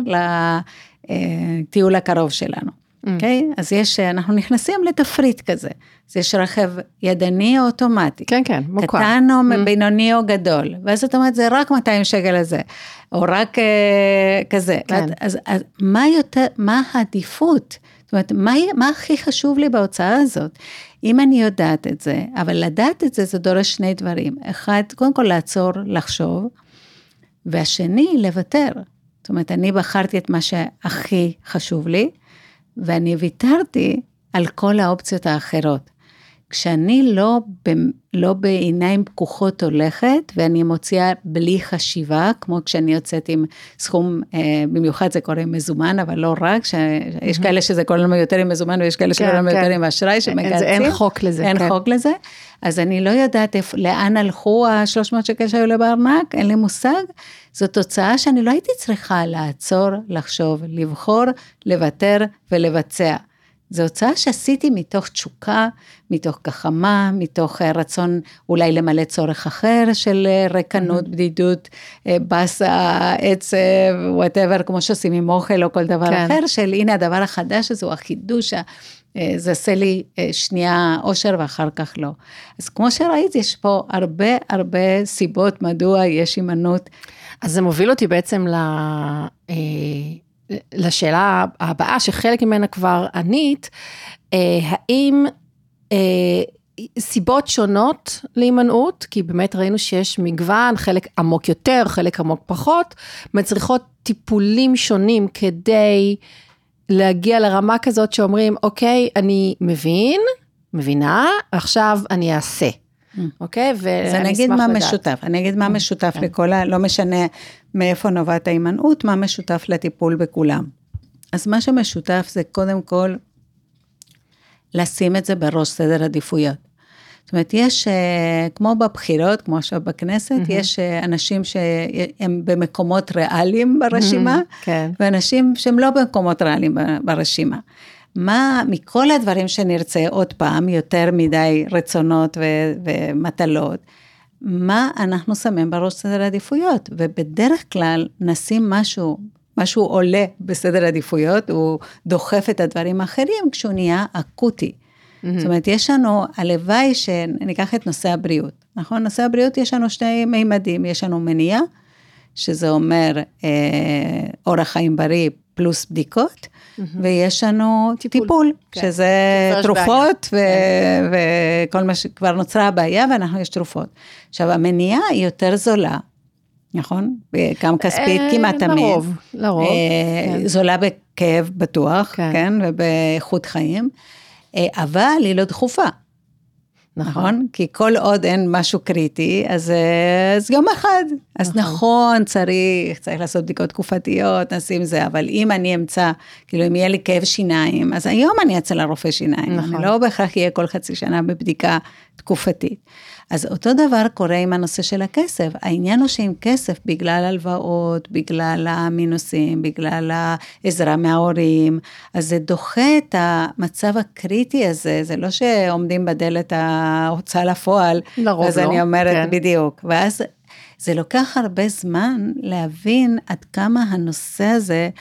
לטיול הקרוב שלנו, אוקיי? אז אנחנו נכנסים לתפריט כזה, אז יש רכב ידני או אוטומטי. כן, כן, מוכר. קטן או בינוני או גדול, ואז זאת אומרת, זה רק 200 שקל לזה, או רק כזה. כן. אז מה העדיפות? זאת אומרת, מה הכי חשוב לי בהוצאה הזאת? אם אני יודעת את זה, אבל לדעת את זה, זה דורש שני דברים. אחד, קודם כל לעצור, לחשוב, והשני, לוותר. זאת אומרת, אני בחרתי את מה שהכי חשוב לי, ואני ויתרתי על כל האופציות האחרות. כשאני לא בעיניים פקוחות הולכת, ואני מוציאה בלי חשיבה, כמו כשאני יוצאת עם סכום, במיוחד זה קורה עם מזומן, אבל לא רק, יש כאלה שזה קורה לנו יותר עם מזומן, ויש כאלה שקורה לנו יותר עם אשראי, שמגלצים. אין חוק לזה. אין חוק לזה. אז אני לא יודעת לאן הלכו ה-300 שקל שהיו לי בארנק, אין לי מושג. זו תוצאה שאני לא הייתי צריכה לעצור, לחשוב, לבחור, לוותר ולבצע. זו הוצאה שעשיתי מתוך תשוקה, מתוך גחמה, מתוך רצון אולי למלא צורך אחר של רקנות, בדידות, בסה, עצב, whatever, כמו שעושים עם אוכל או כל דבר אחר, של הנה הדבר החדש הזה, הוא החידוש, זה עושה לי שנייה אושר ואחר כך לא. אז כמו שראית, יש פה הרבה סיבות מדוע יש הימנעות. אז זה מוביל אותי בעצם לשאלה הבאה, שחלק ממנה כבר ענית, האם סיבות שונות להימנעות, כי באמת ראינו שיש מגוון, חלק עמוק יותר, חלק עמוק פחות, מצריכות טיפולים שונים כדי להגיע לרמה כזאת שאומרים, אוקיי, אני מבינה, עכשיו אני אעשה. אוקיי, אז אני אגיד מה משותף, אני אגיד מה משותף לכל, לא משנה מאיפה נובעת ההימנעות, מה משותף לטיפול בכולם. אז מה שמשותף זה קודם כל, לשים את זה בראש סדר עדיפויות. זאת אומרת, יש, כמו בבחירות, כמו עכשיו בכנסת, יש אנשים שהם במקומות ריאליים ברשימה, ואנשים שהם לא במקומות ריאליים ברשימה. מה מכל הדברים שנרצה עוד פעם, יותר מדי רצונות ומטלות, מה אנחנו שמים בראש סדר עדיפויות, ובדרך כלל נשים משהו עולה בסדר עדיפויות, הוא דוחף את הדברים האחרים, כשהוא נהיה אקוטי. זאת אומרת, יש לנו, הלוואי שניקח את נושא הבריאות, נכון? נושא הבריאות יש לנו שני מימדים, יש לנו מניעה, שזה אומר אורח חיים בריא פלוס בדיקות, ויש לנו טיפול, שזה תרופות, וכל מה שכבר נוצרה הבעיה, ואנחנו יש תרופות. עכשיו, המניעה היא יותר זולה, נכון? גם כספית כמעט תמיד. לרוב. זולה בכאב בטוח, כן? ובאיכות חיים, אבל היא לא דחופה. נכון? כי כל עוד אין משהו קריטי, אז יום אחד. אז נכון, צריך לעשות בדיקות תקופתיות, נשים זה, אבל אם אני אמצא, כאילו אם יהיה לי כאב שיניים, אז היום אני אצא לרופא שיניים. אני לא בהכרח יהיה כל חצי שנה בבדיקה תקופתית. אז אותו דבר קורה עם הנושא של הכסף. העניין הוא שעם כסף, בגלל הלוואות, בגלל המינוסים, בגלל העזרה מההורים, אז זה דוחה את המצב הקריטי הזה, זה לא שעומדים בדלת ההוצאה לפועל, לרוב אז לא. אני אומרת כן. בדיוק, ואז זה לוקח הרבה זמן להבין עד כמה הנושא הזה,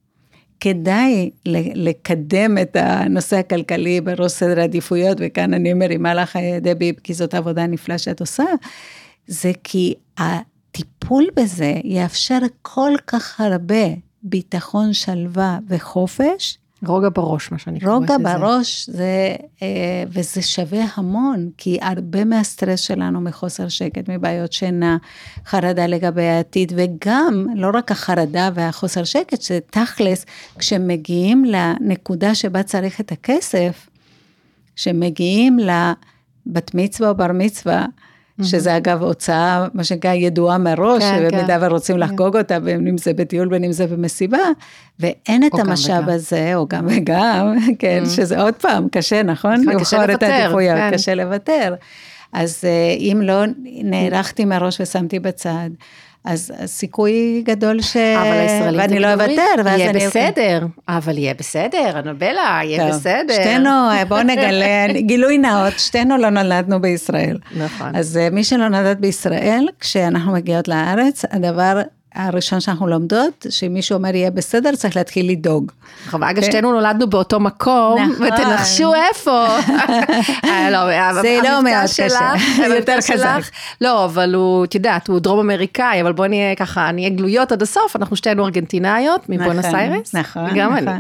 כדאי לקדם את הנושא הכלכלי בראש סדר העדיפויות, וכאן אני מרימה לך דבי, כי זאת עבודה נפלאה שאת עושה, זה כי הטיפול בזה יאפשר כל כך הרבה ביטחון, שלווה וחופש, רוגע בראש, מה שאני קוראת לזה. רוגע בראש, וזה שווה המון, כי הרבה מהסטרס שלנו מחוסר שקט, מבעיות שינה, חרדה לגבי העתיד, וגם, לא רק החרדה והחוסר שקט, שתכלס, כשמגיעים לנקודה שבה צריך את הכסף, כשמגיעים לבת מצווה או בר מצווה, שזה אגב הוצאה, מה שנקרא ידועה מראש, ובמידה ורוצים לחגוג אותה, בין אם זה בטיול, בין אם זה במסיבה, ואין את המשאב הזה, או גם וגם, כן, שזה עוד פעם, קשה, נכון? קשה לוותר. קשה לוותר. אז אם לא נערכתי מראש ושמתי בצד, אז הסיכוי גדול ואני לא אוותר. יהיה בסדר, אבל יהיה בסדר, אנבלה, יהיה בסדר. שתינו, בואו נגלה, גילוי נאות, שתינו לא נולדנו בישראל. נכון. אז מי שלא נולד בישראל, כשאנחנו מגיעות לארץ, הדבר הראשון שאנחנו לומדות, שמישהו אומר יהיה בסדר, צריך להתחיל לדאוג. אגב, שתינו נולדנו באותו מקום, ותנחשו איפה. זה לא מאוד קשה, יותר חזק. לא, אבל הוא, את יודעת, הוא דרום אמריקאי, אבל בואו נהיה ככה, נהיה גלויות עד הסוף, אנחנו שתינו ארגנטינאיות, מבואנוס איירס. נכון, גם אני.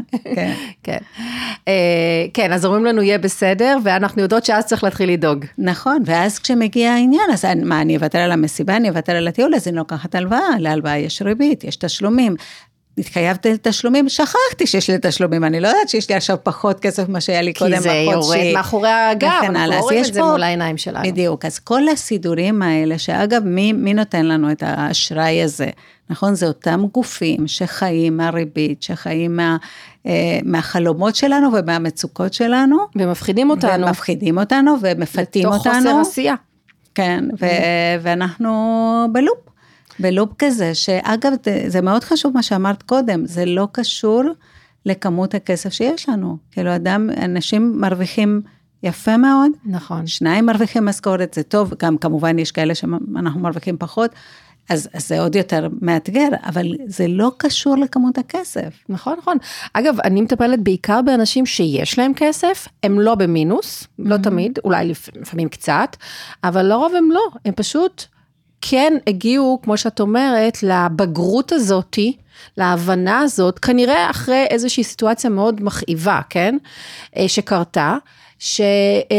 כן, אז אומרים לנו יהיה בסדר, ואנחנו יודעות שאז צריך להתחיל לדאוג. נכון, ואז כשמגיע העניין, אז מה, אני אוותר על המסיבה, אני אוותר על הטיול, אז אני לוקחת הלוואה, להלוואה יש ריבית, יש תשלומים, התחייבתי לתשלומים, שכחתי שיש לי תשלומים, אני לא יודעת שיש לי עכשיו פחות כסף מה שהיה לי קודם בחודשי. כי זה יורד מאחורי הגב, אנחנו לא רואים את זה מול העיניים שלנו. בדיוק, אז כל הסידורים האלה, שאגב, מי נותן לנו את האשראי הזה? נכון, זה אותם גופים שחיים מהריבית, שחיים מהחלומות שלנו ומהמצוקות שלנו. ומפחידים אותנו. ומפחידים אותנו ומפתים אותנו. לתוך חוסר עשייה. כן, ואנחנו בלופ כזה, שאגב, זה מאוד חשוב מה שאמרת קודם, זה לא קשור לכמות הכסף שיש לנו. כאילו, אנשים מרוויחים יפה מאוד. נכון. 2 מרוויחים משכורת, זה טוב, גם כמובן יש כאלה שאנחנו מרוויחים פחות, אז זה עוד יותר מאתגר, אבל זה לא קשור לכמות הכסף. נכון, נכון. אגב, אני מטפלת בעיקר באנשים שיש להם כסף, הם לא במינוס, לא תמיד, אולי לפעמים קצת, אבל לרוב הם לא, הם פשוט כן הגיעו, כמו שאת אומרת, לבגרות הזאת, להבנה הזאת, כנראה אחרי איזושהי סיטואציה מאוד מכאיבה, כן? שקרתה, שהם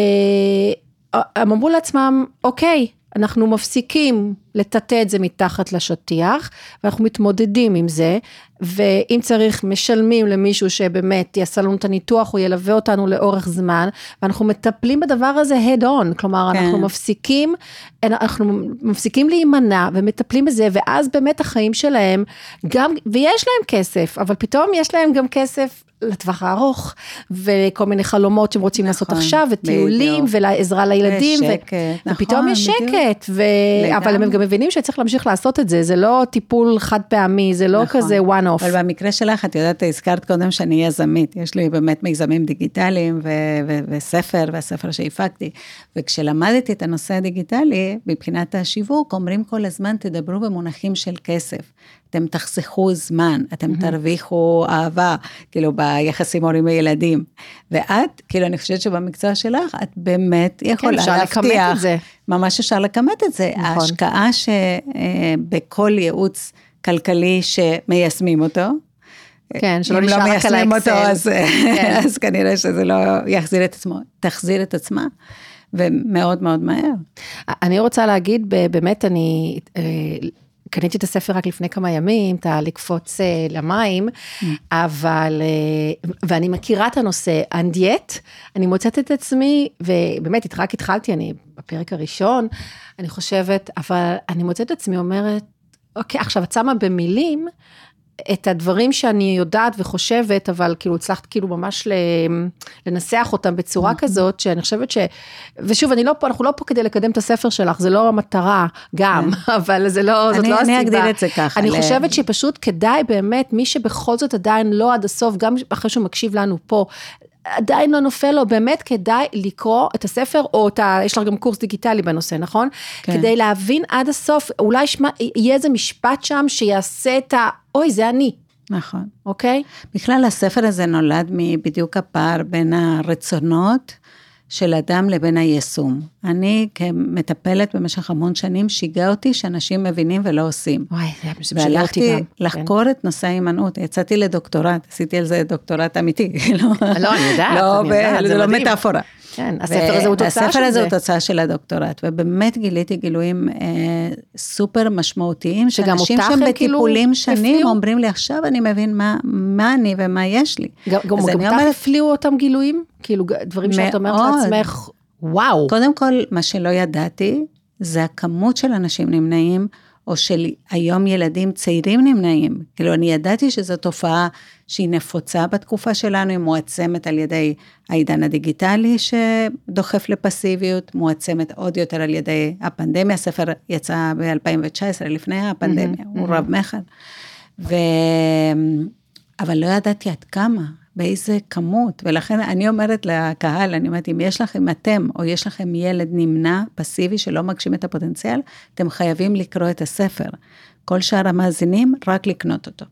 אמרו לעצמם, אוקיי, אנחנו מפסיקים לטאטא את זה מתחת לשטיח, ואנחנו מתמודדים עם זה, ואם צריך משלמים למישהו שבאמת יעשה לנו את הניתוח, או ילווה אותנו לאורך זמן, ואנחנו מטפלים בדבר הזה head on, כלומר אנחנו מפסיקים להימנע, ומטפלים בזה, ואז באמת החיים שלהם, גם, ויש להם כסף, אבל פתאום יש להם גם כסף, לטווח הארוך, וכל מיני חלומות שהם רוצים לעשות עכשיו, וטיולים, ועזרה לילדים, ופתאום יש שקט, אבל הם גם מבינים שצריך להמשיך לעשות את זה, זה לא טיפול חד פעמי, זה לא כזה one off. אבל במקרה שלך, את יודעת, הזכרת קודם שאני יזמית, יש לי באמת מיזמים דיגיטליים, וספר, והספר שהפקתי, וכשלמדתי את הנושא הדיגיטלי, מבחינת השיווק, אומרים כל הזמן, תדברו במונחים של כסף, אתם תחסכו זמן, אתם תרוויחו אהבה, כאילו ביחסים הורים וילדים, ואת, כאילו אני חושבת שבמקצוע שלך, את באמת יכולה להבטיח, ממש אפשר לקמת את זה, ההשקעה שבכל ייעוץ כלכלי שמיישמים אותו, כן, שלא נשאר רק על האקסל, אז כנראה שזה לא יחזיר את עצמו, תחזיר את עצמה, ומאוד מאוד מהר. אני רוצה להגיד, באמת אני קניתי את הספר רק לפני כמה ימים, אתה לקפוץ למים, אבל, ואני מכירה את הנושא, אנדיאט, אני מוצאת את עצמי, ובאמת, רק התחלתי, אני בפרק הראשון, אני חושבת, אבל אני מוצאת את עצמי, אומרת, אוקיי, עכשיו את שמה במילים, את הדברים שאני יודעת וחושבת, אבל כאילו הצלחת כאילו ממש לנסח אותם בצורה כזאת, שאני חושבת ושוב, אנחנו לא פה כדי לקדם את הספר שלך, זה לא המטרה גם, אבל זאת לא הסיבה. אני אגדיל את זה ככה. אני חושבת שפשוט כדאי באמת, מי שבכל זאת עדיין לא עד הסוף, גם אחרי שהוא מקשיב לנו פה, עדיין לא נופל לו, באמת כדאי לקרוא את הספר, או יש לך גם קורס דיגיטלי בנושא, נכון? כן. כדי להבין עד הסוף, אולי יהיה איזה משפט שם, שיעשה את אוי, זה אני. נכון. אוקיי? בכלל הספר הזה נולד מבדיוק הפער בין הרצונות, של אדם לבין היישום. אני כמטפלת במשך המון שנים, שיגע אותי שאנשים מבינים ולא עושים. וואי, זה משגע אותי גם. והלכתי לחקור את נושא ההימנעות, יצאתי לדוקטורט, עשיתי על זה דוקטורט אמיתי. לא, אני יודעת, זה לא מטאפורה. כן, הספר הזה הוא תוצאה של זה. הספר הזה הוא תוצאה של הדוקטורט, ובאמת גיליתי גילויים סופר משמעותיים, שאנשים שם בטיפולים שנים, אומרים לי, עכשיו אני מבין מה אני ומה יש לי. גם כך הפליאו אותם גילויים? כאילו דברים שאת אומרת לעצמך, וואו. קודם כל, מה שלא ידעתי, זה הכמות של אנשים נמנעים, או של היום ילדים צעירים נמנעים. כאילו, אני ידעתי שזו תופעה שהיא נפוצה בתקופה שלנו, היא מועצמת על ידי העידן הדיגיטלי, שדוחף לפסיביות, מועצמת עוד יותר על ידי הפנדמיה, הספר יצא ב-2019, לפני הפנדמיה, הוא רב מחר. אבל לא ידעתי עד כמה, באיזה כמות, ולכן אני אומרת לקהל, אני אומרת, אם יש לכם, אתם, או יש לכם ילד נמנע, פסיבי, שלא מגשים את הפוטנציאל, אתם חייבים לקרוא את הספר. כל שאר המאזינים, רק לקנות אותו.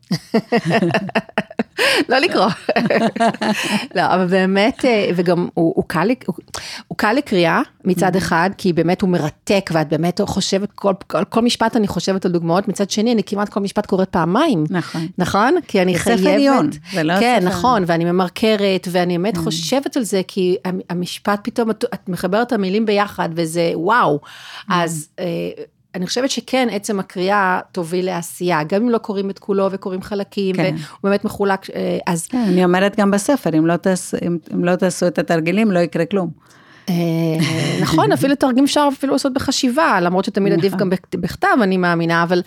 לא לקרוא. לא, אבל באמת, וגם הוא קל לקריאה מצד אחד, כי באמת הוא מרתק, ואת באמת חושבת, כל משפט אני חושבת על דוגמאות, מצד שני, אני כמעט כל משפט קוראת פעמיים. נכון. נכון? כי אני חייבת. בספר עיון. כן, נכון, ואני ממרקרת, ואני באמת חושבת על זה, כי המשפט פתאום, את מחברת המילים ביחד, וזה וואו. אז אני חושבת שכן, עצם הקריאה תוביל לעשייה, גם אם לא קוראים את כולו וקוראים חלקים, והוא באמת מחולק, אז... אני אומרת גם בספר, אם לא תעשו את התרגילים, לא יקרה כלום. נכון, אפילו תרגילים אפשר אפילו לעשות בחשיבה, למרות שתמיד עדיף גם בכתב, אני מאמינה, אבל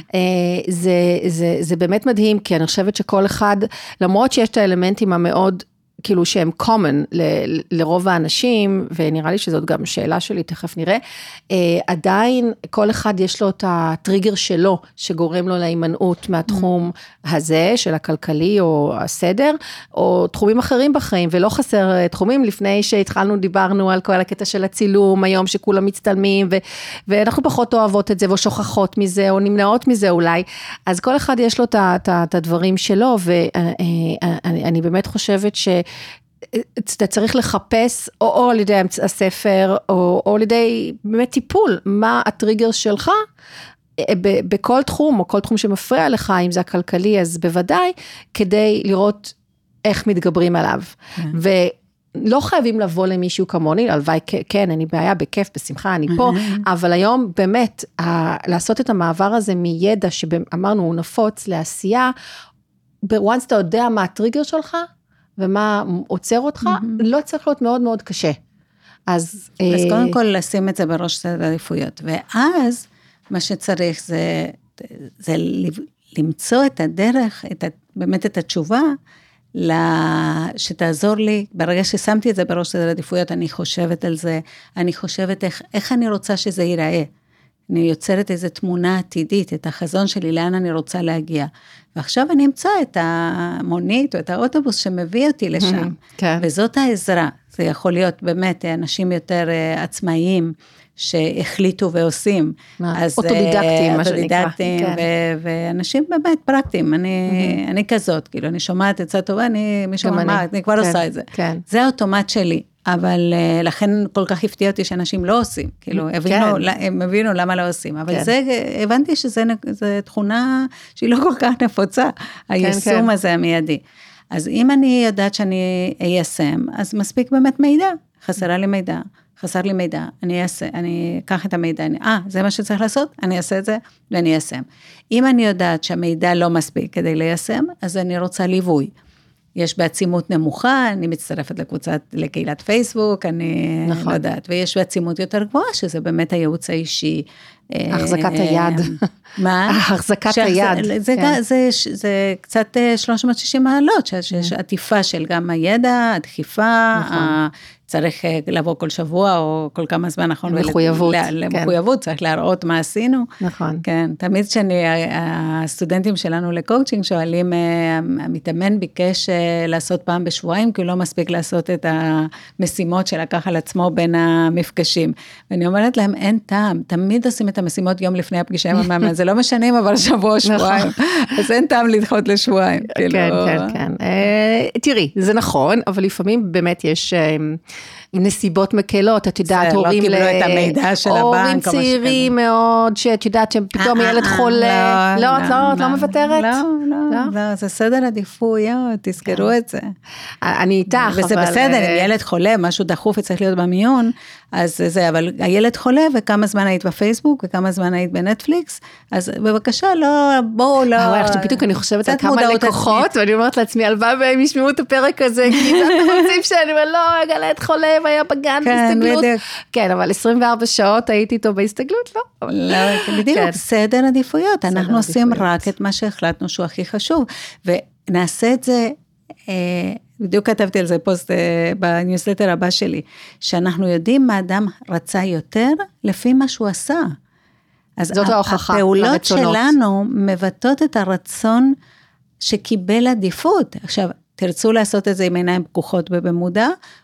זה באמת מדהים, כי אני חושבת שכל אחד, למרות שיש את האלמנטים המאוד, כאילו שהם common לרוב האנשים, ונראה לי שזאת גם שאלה שלי, תכף נראה, עדיין כל אחד יש לו את הטריגר שלו, שגורם לו להימנעות מהתחום הזה, של הכלכלי או הסדר, או תחומים אחרים בחיים, ולא חסר תחומים, לפני שהתחלנו דיברנו על כל הקטע של הצילום, היום שכולם מצטלמים, ואנחנו פחות אוהבות את זה, או שוכחות מזה, או נמנעות מזה אולי, אז כל אחד יש לו את הדברים שלו, ואני באמת חושבת אתה צריך לחפש, או על ידי הספר, או על ידי באמת טיפול, מה הטריגר שלך, בכל תחום, או כל תחום שמפריע לך, אם זה הכלכלי, אז בוודאי, כדי לראות איך מתגברים עליו. ולא חייבים לבוא למישהו כמוני, הלוואי, כן, אני בעיה, בכיף, בשמחה, אני פה, אבל היום באמת, לעשות את המעבר הזה מידע, שאמרנו, הוא נפוץ לעשייה, once אתה יודע מה הטריגר שלך, ומה עוצר אותך, לא צריך להיות מאוד מאוד קשה. אז קודם כל לשים את זה בראש סדר העדיפויות, ואז מה שצריך זה למצוא את הדרך, באמת את התשובה, שתעזור לי, ברגע ששמתי את זה בראש סדר העדיפויות, אני חושבת על זה, אני חושבת איך אני רוצה שזה ייראה. אני יוצרת איזו תמונה עתידית, את החזון שלי, לאן אני רוצה להגיע. ועכשיו אני אמצא את המונית או את האוטובוס שמביא אותי לשם. וזאת העזרה. זה יכול להיות באמת אנשים יותר עצמאיים, שהחליטו ועושים. אוטודידקטים, מה שנקרא. ואנשים באמת פרקטיים. אני כזאת, כאילו, אני שומעת עצה טובה, מישהו אמר, אני כבר עושה את זה. זה האוטומט שלי. אבל לכן כל כך הפתיע אותי שאנשים לא עושים, כאילו, הם הבינו למה לא עושים, אבל זה, הבנתי שזו תכונה שהיא לא כל כך נפוצה, היישום הזה המיידי. אז אם אני יודעת שאני איישם, אז מספיק באמת מידע, חסר לי מידע, אני אקח את המידע, זה מה שצריך לעשות, אני אעשה את זה, ואני איישם. אם אני יודעת שהמידע לא מספיק כדי ליישם, אז אני רוצה ליווי. יש בעצימות נמוכה, אני מצטרפת לקהילת פייסבוק, אני לא יודעת, ויש בעצימות יותר גבוהה, שזה באמת הייעוץ האישי. החזקת היד. מה? החזקת היד. זה קצת 360 מעלות, שיש עטיפה של גם הידע, הדחיפה, צריך לבוא כל שבוע, או כל כמה זמן, נכון? למחויבות. למחויבות, צריך להראות מה עשינו. נכון. כן, תמיד הסטודנטים שלנו לקואוצ'ינג שואלים, המתאמן ביקש לעשות פעם בשבועיים, כי הוא לא מספיק לעשות את המשימות שלקח על עצמו בין המפגשים. ואני אומרת להם, אין טעם, תמיד עושים את המשימות יום לפני הפגישה עם המאמן, זה לא משנים, אבל שבוע, שבועיים. אז אין טעם לדחות לשבועיים. כן, כן. תראי, זה נכון, אבל לפעמים באמת יש נסיבות מקלות, את יודעת, הורים לא קיבלו את המידע של הבנק, הורים צעירים מאוד, שאת יודעת שפתאום ילד חולה, את לא מוותרת? לא, זה סדר עדיפויות, תזכרו את זה. אני איתך, אבל... וזה בסדר, אם ילד חולה, משהו דחוף וצריך להיות במיון, אז זה, אבל הילד חולה, וכמה זמן היית בפייסבוק, וכמה זמן היית בנטפליקס, אז בבקשה, בואו לא... עכשיו בדיוק אני חושבת על כמה לקוחות, ואני אומרת לעצמי, הלוואי והם ישמעו את הפרק הזה, כי זה התחוצים שאני אומרת, לא, ילד חולה, והיה בגן בהסתגלות. כן, אבל 24 שעות הייתי איתו בהסתגלות, לא. בדיוק, סדר עדיפויות, אנחנו עושים רק את מה שהחלטנו שהוא הכי חשוב, ונעשה את זה... בדיוק כתבתי על זה פוסט בניוסלטר הבא שלי, שאנחנו יודעים מה אדם רצה יותר, לפי מה שהוא עשה. אז זאת ההוכחה הפעולות שלנו מבטאות את הרצון שקיבל עדיפות. עכשיו, תרצו לעשות את זה עם עיניים פקוחות ובמודע,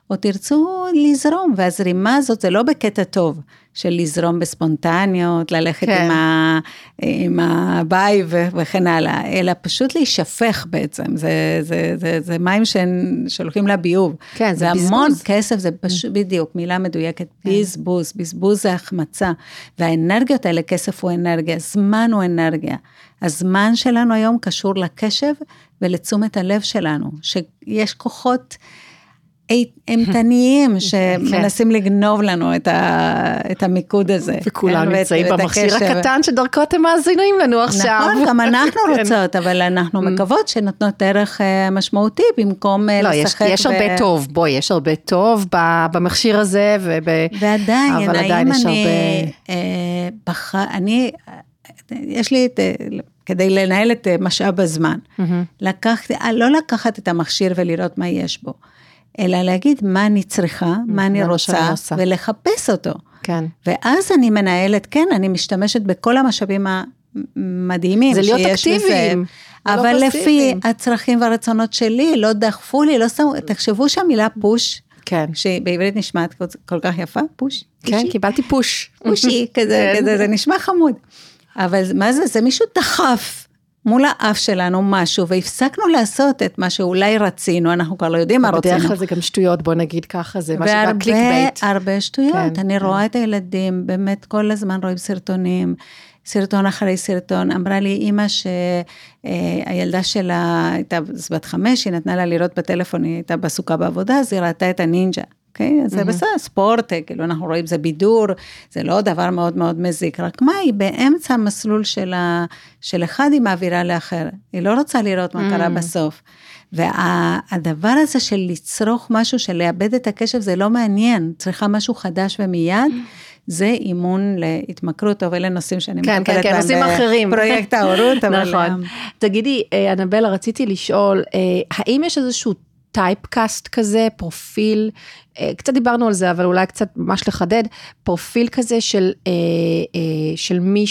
או תרצו לזרום, והזרימה הזאת זה לא בקטע טוב, של לזרום בספונטניות, ללכת כן. עם הביי וכן הלאה, אלא פשוט להישפך בעצם, זה מים שהולכים לביוב, כן, זה בזבוז. המון כסף, זה פשוט בדיוק, מילה מדויקת, בזבוז, בזבוז זה החמצה, והאנרגיות האלה, כסף הוא אנרגיה, זמן הוא אנרגיה, הזמן שלנו היום קשור לקשב ולתשומת הלב שלנו, שיש כוחות אימתניים שמנסים לגנוב לנו את המיקוד הזה. וכולם נמצאים במכשיר הקטן שדרכו אתם מאזינים לנו עכשיו. נכון, גם אנחנו רוצות, אבל אנחנו מקוות שנותנות ערך משמעותי במקום לשחק. לא, יש הרבה טוב, בואי, יש הרבה טוב במכשיר הזה, ועדיין, האם אני, יש לי כדי לנהל את משאב הזמן, לא לקחת את המכשיר ולראות מה יש בו, אלא להגיד מה אני צריכה, מה אני רוצה, ולחפש אותו. כן. ואז אני מנהלת, כן, אני משתמשת בכל המשאבים המדהימים שיש בזה. זה להיות אקטיביים. אבל לפי הצרכים והרצונות שלי, לא דחפו לי, לא שמו, תחשבו שהמילה פוש, כן. שבעברית נשמעת כל כך יפה, פוש. כן, קיבלתי פוש. פושי, כזה, זה נשמע חמוד. אבל מה זה? זה מישהו דחף. מול האף שלנו משהו, והפסקנו לעשות את מה שאולי רצינו, אנחנו כבר לא יודעים מה רצינו. בדרך כלל זה גם שטויות, בוא נגיד ככה, זה מה שקרה קליק בייט. והרבה שטויות, אני רואה את הילדים, באמת כל הזמן רואים סרטונים, סרטון אחרי סרטון, אמרה לי אמא שהילדה שלה הייתה בת 5, היא נתנה לה לראות בטלפון, היא הייתה בסוכה בעבודה, אז היא ראתה את הנינג'ה. אוקיי? אז זה בסדר, ספורט, כאילו אנחנו רואים, זה בידור, זה לא דבר מאוד מאוד מזיק, רק מה, היא באמצע המסלול של אחד היא מעבירה לאחר, היא לא רוצה לראות מה קרה בסוף, והדבר הזה של לצרוך משהו, של לאבד את הקשב, זה לא מעניין, צריכה משהו חדש ומיד, זה אימון להתמכרות, או אלה נושאים שאני מטפלת בהם בפרויקט ההורות. נכון. תגידי, אנבלה, רציתי לשאול, האם יש איזשהו טייפקאסט כזה, פרופיל, קצת דיברנו על זה, אבל אולי קצת ממש לחדד, פרופיל כזה של מי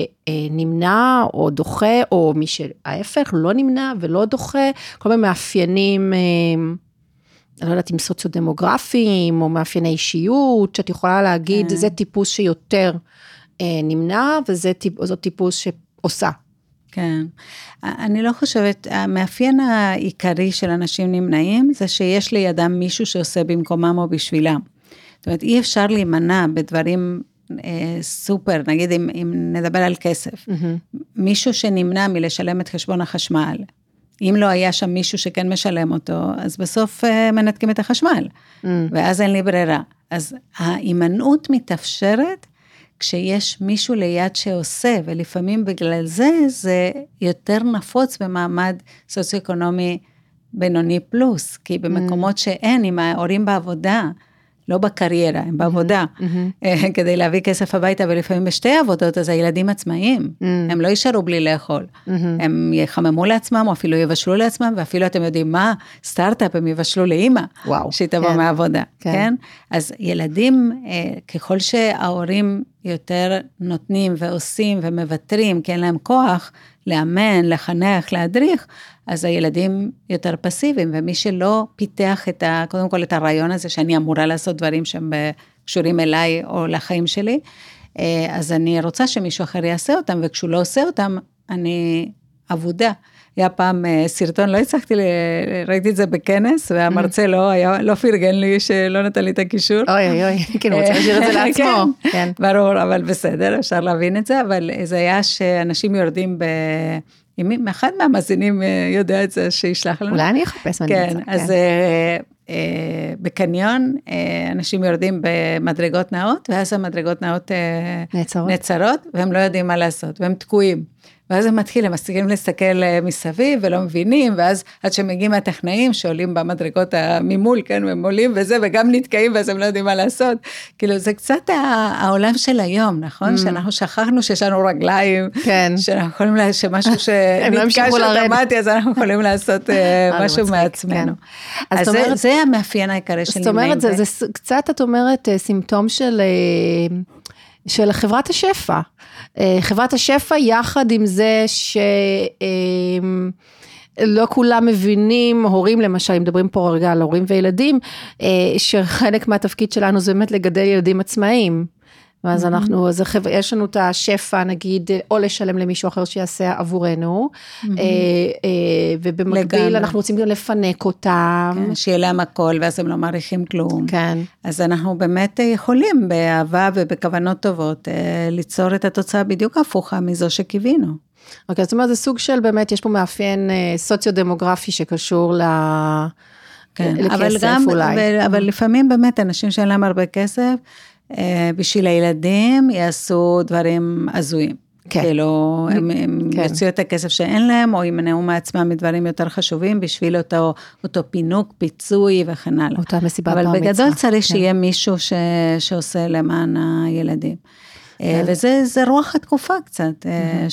שנמנע או דוחה, או מי שההפך לא נמנע ולא דוחה, כל מיני מאפיינים, אני לא יודעת אם סוציו-דמוגרפיים, או מאפייני אישיות, שאת יכולה להגיד, זה טיפוס שיותר נמנע, וזאת טיפוס שעושה. כן, אני לא חושבת, המאפיין העיקרי של אנשים נמנעים, זה שיש לידם מישהו שעושה במקומם או בשבילם. זאת אומרת, אי אפשר להימנע בדברים סופר, נגיד אם נדבר על כסף, מישהו שנמנע מלשלם את חשבון החשמל, אם לא היה שם מישהו שכן משלם אותו, אז בסוף מנתקים את החשמל, ואז אין לי ברירה. אז ההימנעות מתאפשרת, כשיש מישהו ליד שעושה, ולפעמים בגלל זה, זה יותר נפוץ במעמד סוציו-אקונומי בינוני פלוס, כי במקומות שאין, עם ההורים בעבודה, לא בקריירה, הם בעבודה, כדי להביא כסף הביתה, ולפעמים בשתי עבודות, אז הילדים עצמאיים, הם לא יישארו בלי לאכול, הם יחממו לעצמם, או אפילו יבשלו לעצמם, ואפילו אתם יודעים מה, סטארט-אפ, הם יבשלו לאמא, שתבוא מהעבודה, כן? אז ילדים, ככל שההורים יותר נותנים ועושים ומוותרים, כי אין להם כוח לאמן, לחנך, להדריך, אז הילדים יותר פסיביים, ומי שלא פיתח קודם כל את הרעיון הזה, שאני אמורה לעשות דברים שהם קשורים אליי או לחיים שלי, אז אני רוצה שמישהו אחר יעשה אותם, וכשהוא לא עושה אותם, אני עבודה. היה פעם סרטון, לא הצלחתי, ראיתי את זה בכנס, והמרצה לא פרגן לי, שלא נתן לי את הקישור. אוי, כן, הוא רוצה להשאיר את זה לעצמו. כן, ברור, אבל בסדר, אפשר להבין את זה, אבל זה היה שאנשים יורדים אחד מהמאזינים יודע את זה, שישלח לנו. אולי אני אחפש מה אני רוצה. כן, אז בקניון, אנשים יורדים במדרגות נאות, ואז המדרגות נאות נעצרות, והם לא יודעים מה לעשות, והם תקועים. ואז הם מתחילים להסתכל מסביב, ולא מבינים, ואז עד שמגיעים הטכנאים, שעולים במדרגות ממול, כן, והם עולים וזה, וגם נתקעים, ואז הם לא יודעים מה לעשות. כאילו, זה קצת העולם של היום, נכון? שאנחנו שכחנו שיש לנו רגליים, שאנחנו יכולים, שמשהו שנתקע שאוטומטי, אז אנחנו יכולים לעשות משהו מעצמנו. אז זה המאפיין העיקרי של נמנעים. זאת אומרת, זה קצת, את אומרת, סימפטום של חברת השפע. חברת השפע יחד עם זה לא כולם מבינים, הורים למשל, אם מדברים פה רגע על הורים וילדים, שחלק מהתפקיד שלנו זה באמת לגדל ילדים עצמאיים, ואז אנחנו, אז יש לנו את השפע, נגיד, או לשלם למישהו אחר שיעשה עבורנו, ובמקביל אנחנו רוצים גם לפנק אותם. שיהיה להם הכל, ואז הם לא מעריכים כלום. כן. אז אנחנו באמת יכולים, באהבה ובכוונות טובות, ליצור את התוצאה בדיוק הפוכה מזו שקיווינו. אוקיי, זאת אומרת, זה סוג של באמת, יש פה מאפיין סוציו-דמוגרפי שקשור לכסף אולי. אבל לפעמים באמת, אנשים שאין להם הרבה כסף, בשביל הילדים יעשו דברים הזויים. כאילו, הם יוציאו את הכסף שאין להם, או ימנעו מעצמם מדברים יותר חשובים, בשביל אותו פינוק, פיצוי וכן הלאה. אותה מסיבה אבל בגדול צריך שיהיה מישהו שעושה למען הילדים. וזה רוח התקופה קצת,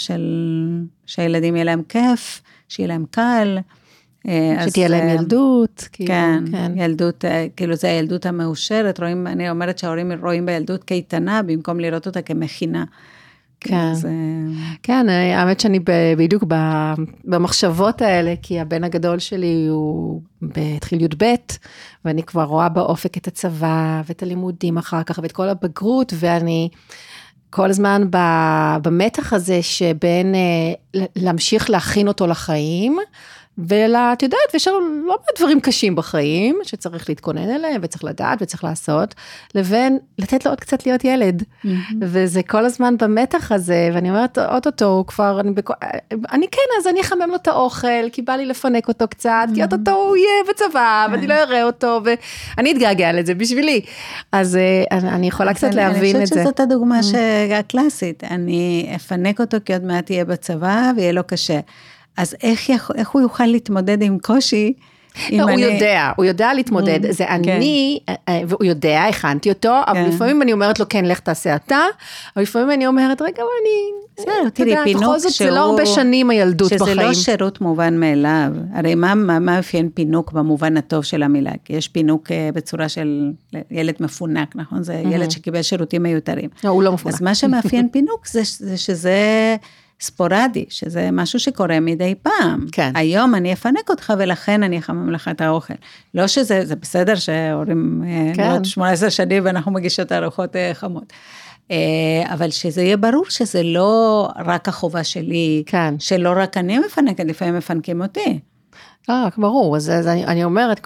שהילדים יהיה להם כיף, שיהיה להם קל, שתהיה להם ילדות. כן, ילדות, כאילו זה הילדות המאושרת, אני אומרת שההורים רואים בילדות קייטנה, במקום לראות אותה כמכינה. כן, כן, האמת שאני בדיוק במחשבות האלה, כי הבן הגדול שלי הוא בתחיל י"ב, ואני כבר רואה באופק את הצבא, ואת הלימודים אחר כך, ואת כל הבגרות, ואני כל הזמן במתח הזה, שבין להמשיך להכין אותו לחיים, ואת יודעת, ויש לנו לא מעט דברים קשים בחיים, שצריך להתכונן אליהם, וצריך לדעת, וצריך לעשות, לבין לתת לו עוד קצת להיות ילד, וזה כל הזמן במתח הזה, ואני אומרת, אוטוטו, כבר, אני כן, אז אני אחמם לו את האוכל, כי בא לי לפנק אותו קצת, כי אוטוטו הוא יהיה בצבא, ואני לא אראה אותו, ואני אתגעגע לזה בשבילי, אז אני יכולה קצת להבין את זה. אני חושבת שזאת הדוגמה הקלאסית, אני אפנק אותו, כי עוד מעט יהיה בצבא, ויהיה לו קשה. אז איך הוא יוכל להתמודד עם קושי? הוא יודע להתמודד, זה אני, והוא יודע, הכנתי אותו, אבל לפעמים אני אומרת לו, כן, לך תעשה אתה, אבל לפעמים אני אומרת, רגע, תראי, פינוק זה לא הרבה שנים הילדות בחיים. שזה לא שירות מובן מאליו, הרי מה מאפיין פינוק במובן הטוב של המילה? כי יש פינוק בצורה של ילד מפונק, נכון? זה ילד שקיבל שירותים מיותרים. הוא לא מפונק. אז מה שמאפיין פינוק זה שזה ספורדי, שזה משהו שקורה מדי פעם. כן. היום אני אפנק אותך, ולכן אני אחמם לך את האוכל. לא שזה, זה בסדר שהורים עוד 18 שנים, ואנחנו מגישות ארוחות חמות. אבל שזה יהיה ברור שזה לא רק החובה שלי, כן. שלא רק אני מפנקת, לפעמים מפנקים אותי. ברור, אז אני אומרת,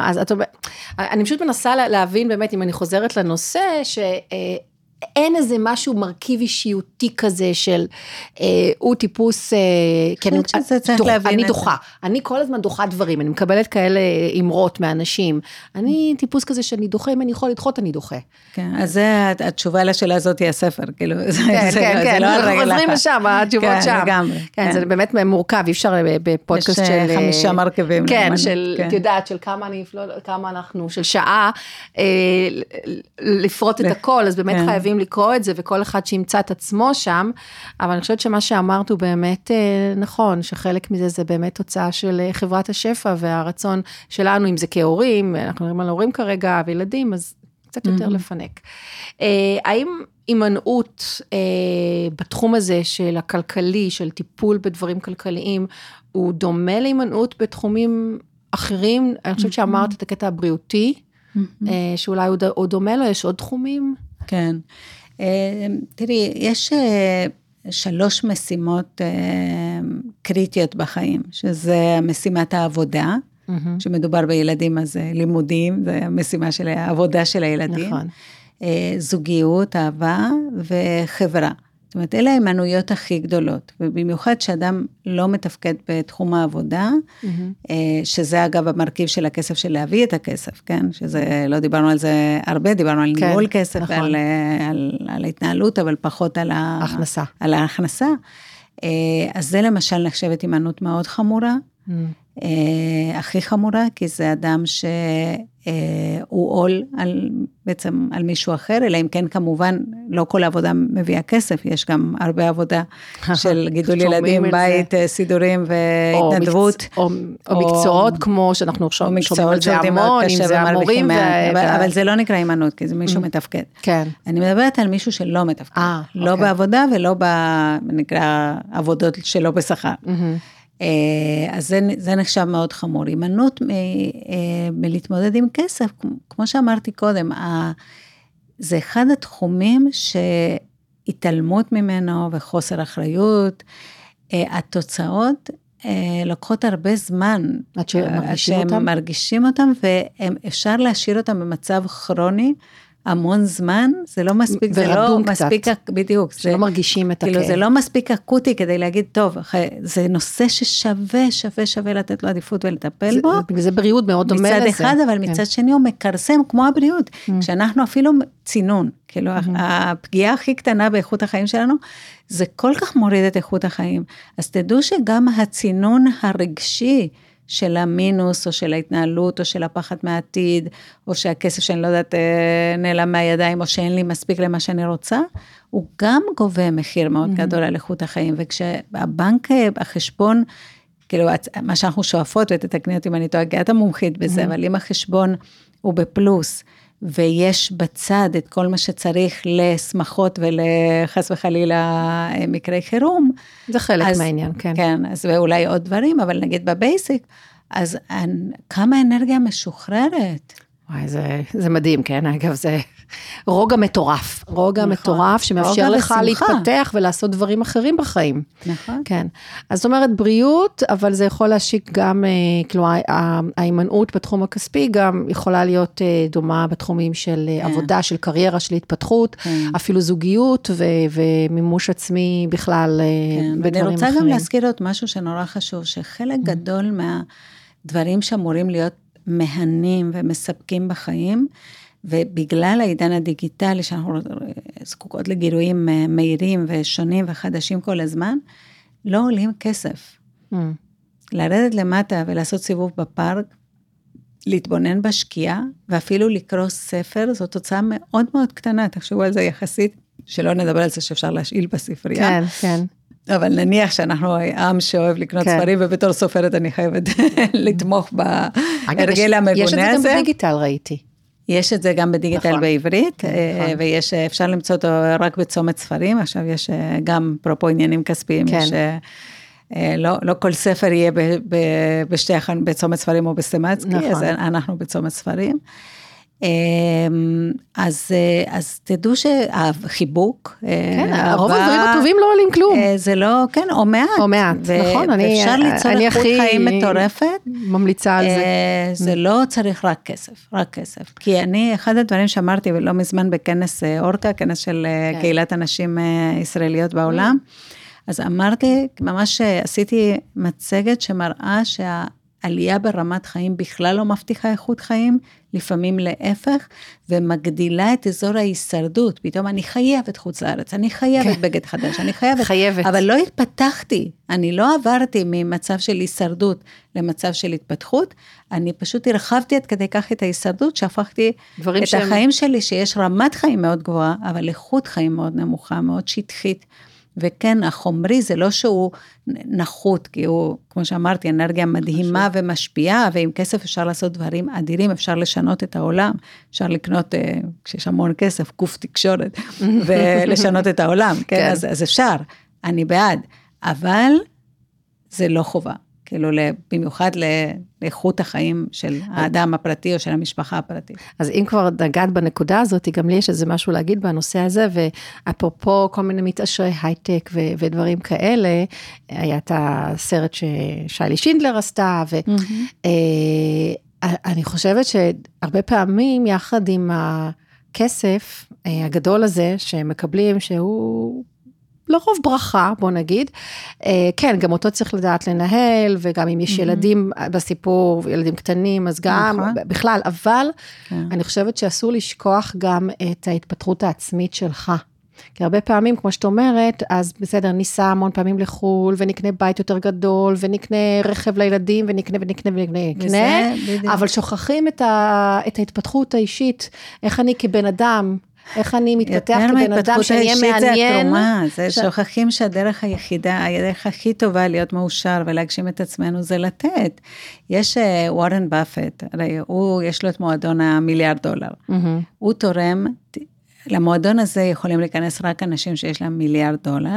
אני פשוט מנסה להבין באמת, אם אני חוזרת לנושא, אין איזה משהו מרכיב אישיותי כזה של, הוא טיפוס, אני דוחה, אני כל הזמן דוחה דברים, אני מקבלת כאלה אמרות מאנשים, אני טיפוס כזה שאני דוחה, אם אני יכול לדחות, אני דוחה. כן, אז התשובה לשאלה הזאת היא הספר, כאילו, כן, אנחנו חוזרים לשם, התשובות שם. כן, זה באמת מורכב, אי אפשר בפודקאסט של 5 מרכיבים. כן, את יודעת, של כמה אנחנו, של שעה, לפרוט את הכל, אז באמת חייבים לקרוא את זה, וכל אחד שימצא את עצמו שם, אבל אני חושבת שמה שאמרת הוא באמת נכון, שחלק מזה זה באמת תוצאה של חברת השפע, והרצון שלנו, אם זה כהורים, אנחנו מדברים על הורים כרגע, וילדים, אז קצת יותר לפנק. האם הימנעות בתחום הזה של הכלכלי, של טיפול בדברים כלכליים, הוא דומה להימנעות בתחומים אחרים? אני חושבת שאמרת את הקטע הבריאותי, שאולי הוא דומה לו, יש עוד תחומים? כן. תראי, יש 3 משימות קריטיות בחיים, שזה משימת העבודה, שמדובר בילדים, אז לימודים, זה המשימה של העבודה של הילדים. נכון. זוגיות, אהבה וחברה. זאת אומרת, אלה האמנויות הכי גדולות, ובמיוחד שאדם לא מתפקד בתחום העבודה, שזה אגב המרכיב של הכסף של להביא את הכסף, כן? שזה, לא דיברנו על זה הרבה, דיברנו על ניהול כסף, על ההתנהלות, אבל פחות על ההכנסה. אז זה למשל נחשבת הימנעות מאוד חמורה, הכי חמורה, כי זה אדם שהוא עול בעצם על מישהו אחר, אלא אם כן כמובן לא כל העבודה מביאה כסף, יש גם הרבה עבודה של גידול ילדים, בית, סידורים והתנדבות. או מקצועות כמו שאנחנו שומעים על זה המון, אם זה המורים. אבל זה לא נקרא הימנעות, כי זה מישהו מתפקד. אני מדברת על מישהו שלא מתפקד, לא בעבודה ולא נקרא עבודות שלא בשכר. אז זה נחשב מאוד חמור. הימנעות מלהתמודד עם כסף, כמו שאמרתי קודם, זה אחד התחומים שהתעלמות ממנו וחוסר אחריות, התוצאות לוקחות הרבה זמן, עד שהם מרגישים אותם, ואפשר להשאיר אותם במצב כרוני, המון זמן, זה לא מספיק, זה לא מספיק, בדיוק. שלא מרגישים את הכאב. כאילו, זה לא מספיק אקוטי כדי להגיד, טוב, זה נושא ששווה לתת לו עדיפות ולטפל בו. זה בריאות מאוד דומה לזה. מצד אחד, אבל מצד שני הוא מקרסם כמו הבריאות. כשאנחנו אפילו צינון, כאילו, הפגיעה הכי קטנה באיכות החיים שלנו, זה כל כך מוריד את איכות החיים. אז תדעו שגם הצינון הרגשי, של המינוס, או של ההתנהלות, או של הפחד מהעתיד, או שהכסף שאני לא יודעת נעלם מהידיים, או שאין לי מספיק למה שאני רוצה, הוא גם גובה מחיר מאוד גדול על איכות החיים, וכשהבנק, החשבון, כאילו, מה שאנחנו שואפות, ותתקני אותי אם אני טועה, את המומחית בזה, אבל אם החשבון הוא בפלוס, ויש בצד את כל מה שצריך לשמחות ולחס וחלילה מקרי חירום. זה חלק מהעניין, כן. כן, אז ואולי עוד דברים, אבל נגיד בבייסיק, אז כמה אנרגיה משוחררת. וואי, זה מדהים, כן, אגב, זה רוגע מטורף, רוגע מטורף שמאפשר לך להתפתח ולעשות דברים אחרים בחיים. נכון. כן, אז זאת אומרת בריאות, אבל זה יכול להשיק גם, כאילו, ההימנעות בתחום הכספי, גם יכולה להיות דומה בתחומים של עבודה, של קריירה, של התפתחות, אפילו זוגיות ומימוש עצמי בכלל בדברים אחרים. אני רוצה גם להזכיר עוד משהו שנורא חשוב, שחלק גדול מהדברים שאמורים להיות מהנים ומספקים בחיים, ובגלל העידן הדיגיטלי, שאנחנו זקוקות לגירויים מהירים ושונים וחדשים כל הזמן, לא עולים כסף. לרדת למטה ולעשות סיבוב בפארק, להתבונן בשקיעה, ואפילו לקרוא ספר, זו תוצאה מאוד מאוד קטנה, תחשבו על זה יחסית, שלא נדבר על זה שאפשר להשאיל בספרייה. כן, כן. אבל נניח שאנחנו עם שאוהב לקנות ספרים, ובתור סופרת אני חייבת לתמוך בהרגל המגונה הזה. יש את זה גם בדיגיטל, ראיתי. יש את זה גם בדיגיטל בעברית, ואפשר למצוא אותו רק בצומת ספרים, עכשיו יש גם פרופו עניינים כספיים, לא כל ספר יהיה בצומת ספרים או בסטמצקי, אז אנחנו בצומת ספרים. אז תדעו שהחיבוק, הרוב הדברים הטובים לא עולים כלום. זה לא, כן, או מעט. או מעט, נכון. ואפשר ליצור איכות חיים מטורפת. ממליצה על זה. זה לא צריך רק כסף, רק כסף. כי אחד הדברים שאמרתי, ולא מזמן בכנס אורקה, כנס של קהילת אנשים ישראליות בעולם, אז אמרתי, ממש עשיתי מצגת שמראה עלייה ברמת חיים בכלל לא מבטיחה איכות חיים, לפעמים להפך, ומגדילה את אזור ההישרדות. פתאום אני חייבת חוץ לארץ, אני חייבת בגד חדש, אני חייבת. אבל לא התפתחתי, אני לא עברתי ממצב של הישרדות למצב של התפתחות, אני פשוט הרחבתי עד כדי כך את ההישרדות, שהפכתי את החיים שלי, שיש רמת חיים מאוד גבוהה, אבל איכות חיים מאוד נמוכה, מאוד שטחית, וכן, החומרי זה לא שהוא נחות, כי הוא, כמו שאמרתי, אנרגיה מדהימה ומשפיעה, ועם כסף אפשר לעשות דברים אדירים, אפשר לשנות את העולם, אפשר לקנות, כשיש המון כסף, גוף תקשורת, ולשנות את העולם, כן? אז אפשר, אני בעד, אבל זה לא חובה, כאילו במיוחד לאיכות החיים של האדם הפרטי או של המשפחה הפרטית. אז אם כבר נגעת בנקודה הזאת, גם לי יש איזה משהו להגיד בנושא הזה, ואפרופו כל מיני מתעשרי הייטק ודברים כאלה, היה את הסרט ששיילי שינדלר עשתה, ואני חושבת שהרבה פעמים יחד עם הכסף הגדול הזה שמקבלים, שהוא לרוב ברכה, בוא נגיד, כן, גם אותו צריך לדעת לנהל, וגם אם יש ילדים בסיפור, ילדים קטנים, אז גם בכלל, אבל אני חושבת שאסור לשכוח גם את ההתפתחות העצמית שלך, כי הרבה פעמים, כמו שאת אומרת, אז בסדר, ניסע המון פעמים לחול, ונקנה בית יותר גדול, ונקנה רכב לילדים, ונקנה, אבל שוכחים את ההתפתחות האישית, איך אני כבן אדם, איך אני מתפתח כבן אדם שאני אהיה מעניין. זה שוכחים שהדרך היחידה, הדרך הכי טובה להיות מאושר ולהגשים את עצמנו זה לתת. יש וורן באפט, הרי יש לו את מועדון $1,000,000,000. הוא תורם, למועדון הזה יכולים להיכנס רק אנשים שיש להם $1,000,000,000,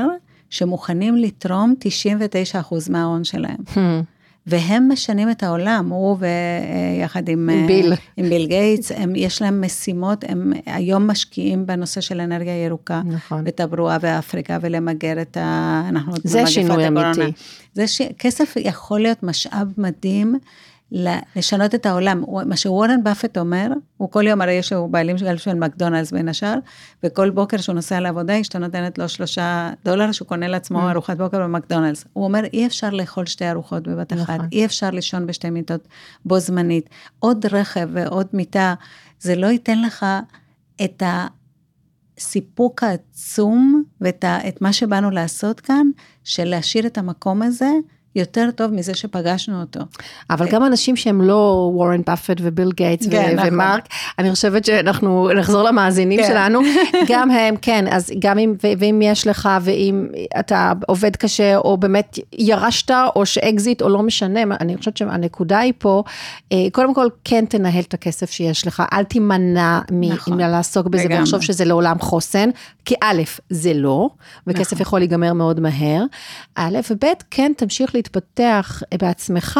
שמוכנים לתרום 99% מההון שלהם. והם משנים את העולם, הוא ויחד עם ביל גייטס, יש להם משימות, הם היום משקיעים בנושא של אנרגיה ירוקה, בתברואה באפריקה, ולמגר את זה שינוי אמיתי. כסף יכול להיות משאב מדהים, לשנות את העולם. מה שוורן באפט אומר, הוא כל יום, הרי יש לו בעלים של מקדונלדס בין השאר, וכל בוקר שהוא נוסע לעבודה, אשתו נותנת לו $3, שהוא קונה לעצמו ארוחת בוקר במקדונלדס. הוא אומר, אי אפשר לאכול 2 ארוחות בבת אחת, אי אפשר לישון ב2 מיטות בו זמנית, עוד רכב ועוד מיטה, זה לא ייתן לך את הסיפוק העצום, ואת מה שבאנו לעשות כאן, של להשאיר את המקום הזה, יותר טוב מזה שפגשנו אותו. אבל גם אנשים שהם לא וורן באפט וביל גייטס ומרק, אני חושבת שאנחנו נחזור למאזינים שלנו, גם הם, כן, אז גם אם יש לך, ואם אתה עובד קשה, או באמת ירשת, או שאקזיט, או לא משנה, אני חושבת שהנקודה היא פה, קודם כל, כן תנהל את הכסף שיש לך, אל תימנע מלעסוק בזה, ולחשוב שזה לעולם חוסן, כי א', זה לא, וכסף יכול להיגמר מאוד מהר, א', וב', כן תמשיך להתפתח בעצמך,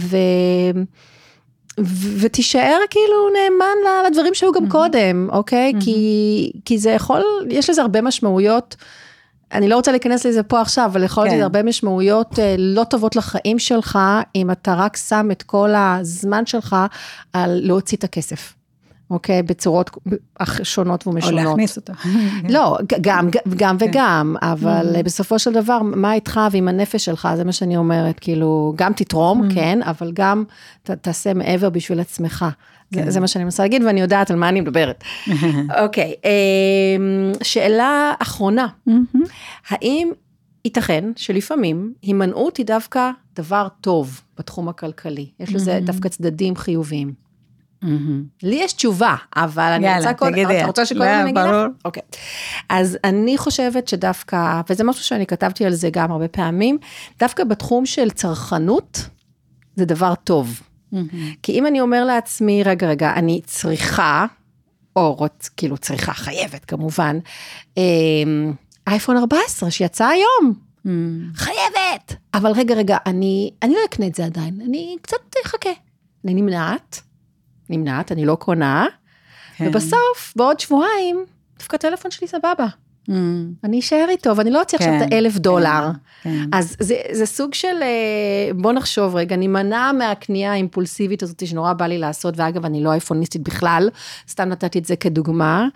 ותישאר כאילו נאמן לדברים שהיו גם קודם, אוקיי? כי זה יכול, יש לזה הרבה משמעויות, אני לא רוצה להיכנס לזה פה עכשיו, אבל יכול להיות הרבה משמעויות לא טובות לחיים שלך, אם אתה רק שם את כל הזמן שלך על להוציא את הכסף. אוקיי, בצורות שונות ומשונות. או להכניס אותו. לא, גם וגם, אבל בסופו של דבר, מה איתך ועם הנפש שלך, זה מה שאני אומרת, כאילו, גם תתרום, כן, אבל גם תעשה מעבר בשביל עצמך. זה מה שאני מנסה להגיד, ואני יודעת על מה אני מדברת. אוקיי, שאלה אחרונה, האם ייתכן שלפעמים הימנעות היא דווקא דבר טוב בתחום הכלכלי? יש לזה דווקא צדדים חיוביים. לי יש תשובה, אבל אני רוצה קודם, אתה רוצה שקודם אני אגיד לך? אוקיי. אז אני חושבת שדווקא, וזה משהו שאני כתבתי על זה גם הרבה פעמים, דווקא בתחום של צרכנות, זה דבר טוב. כי אם אני אומר לעצמי, רגע, אני צריכה, או כאילו צריכה, חייבת כמובן, אייפון 14 שיצא היום, חייבת, אבל רגע, אני לא אקנה את זה עדיין, אני קצת חכה, אני נמנעת, אני לא קונה, ובסוף, בעוד שבועיים, דווקא הטלפון שלי סבבה. אני אשאר איתו, ואני לא אוציא עכשיו את $1,000. אז זה סוג של, בוא נחשוב רגע, אני מנע מהקנייה האימפולסיבית הזאת, שנורא בא לי לעשות, ואגב, אני לא אייפוניסטית בכלל, סתם נתתי את זה כדוגמה,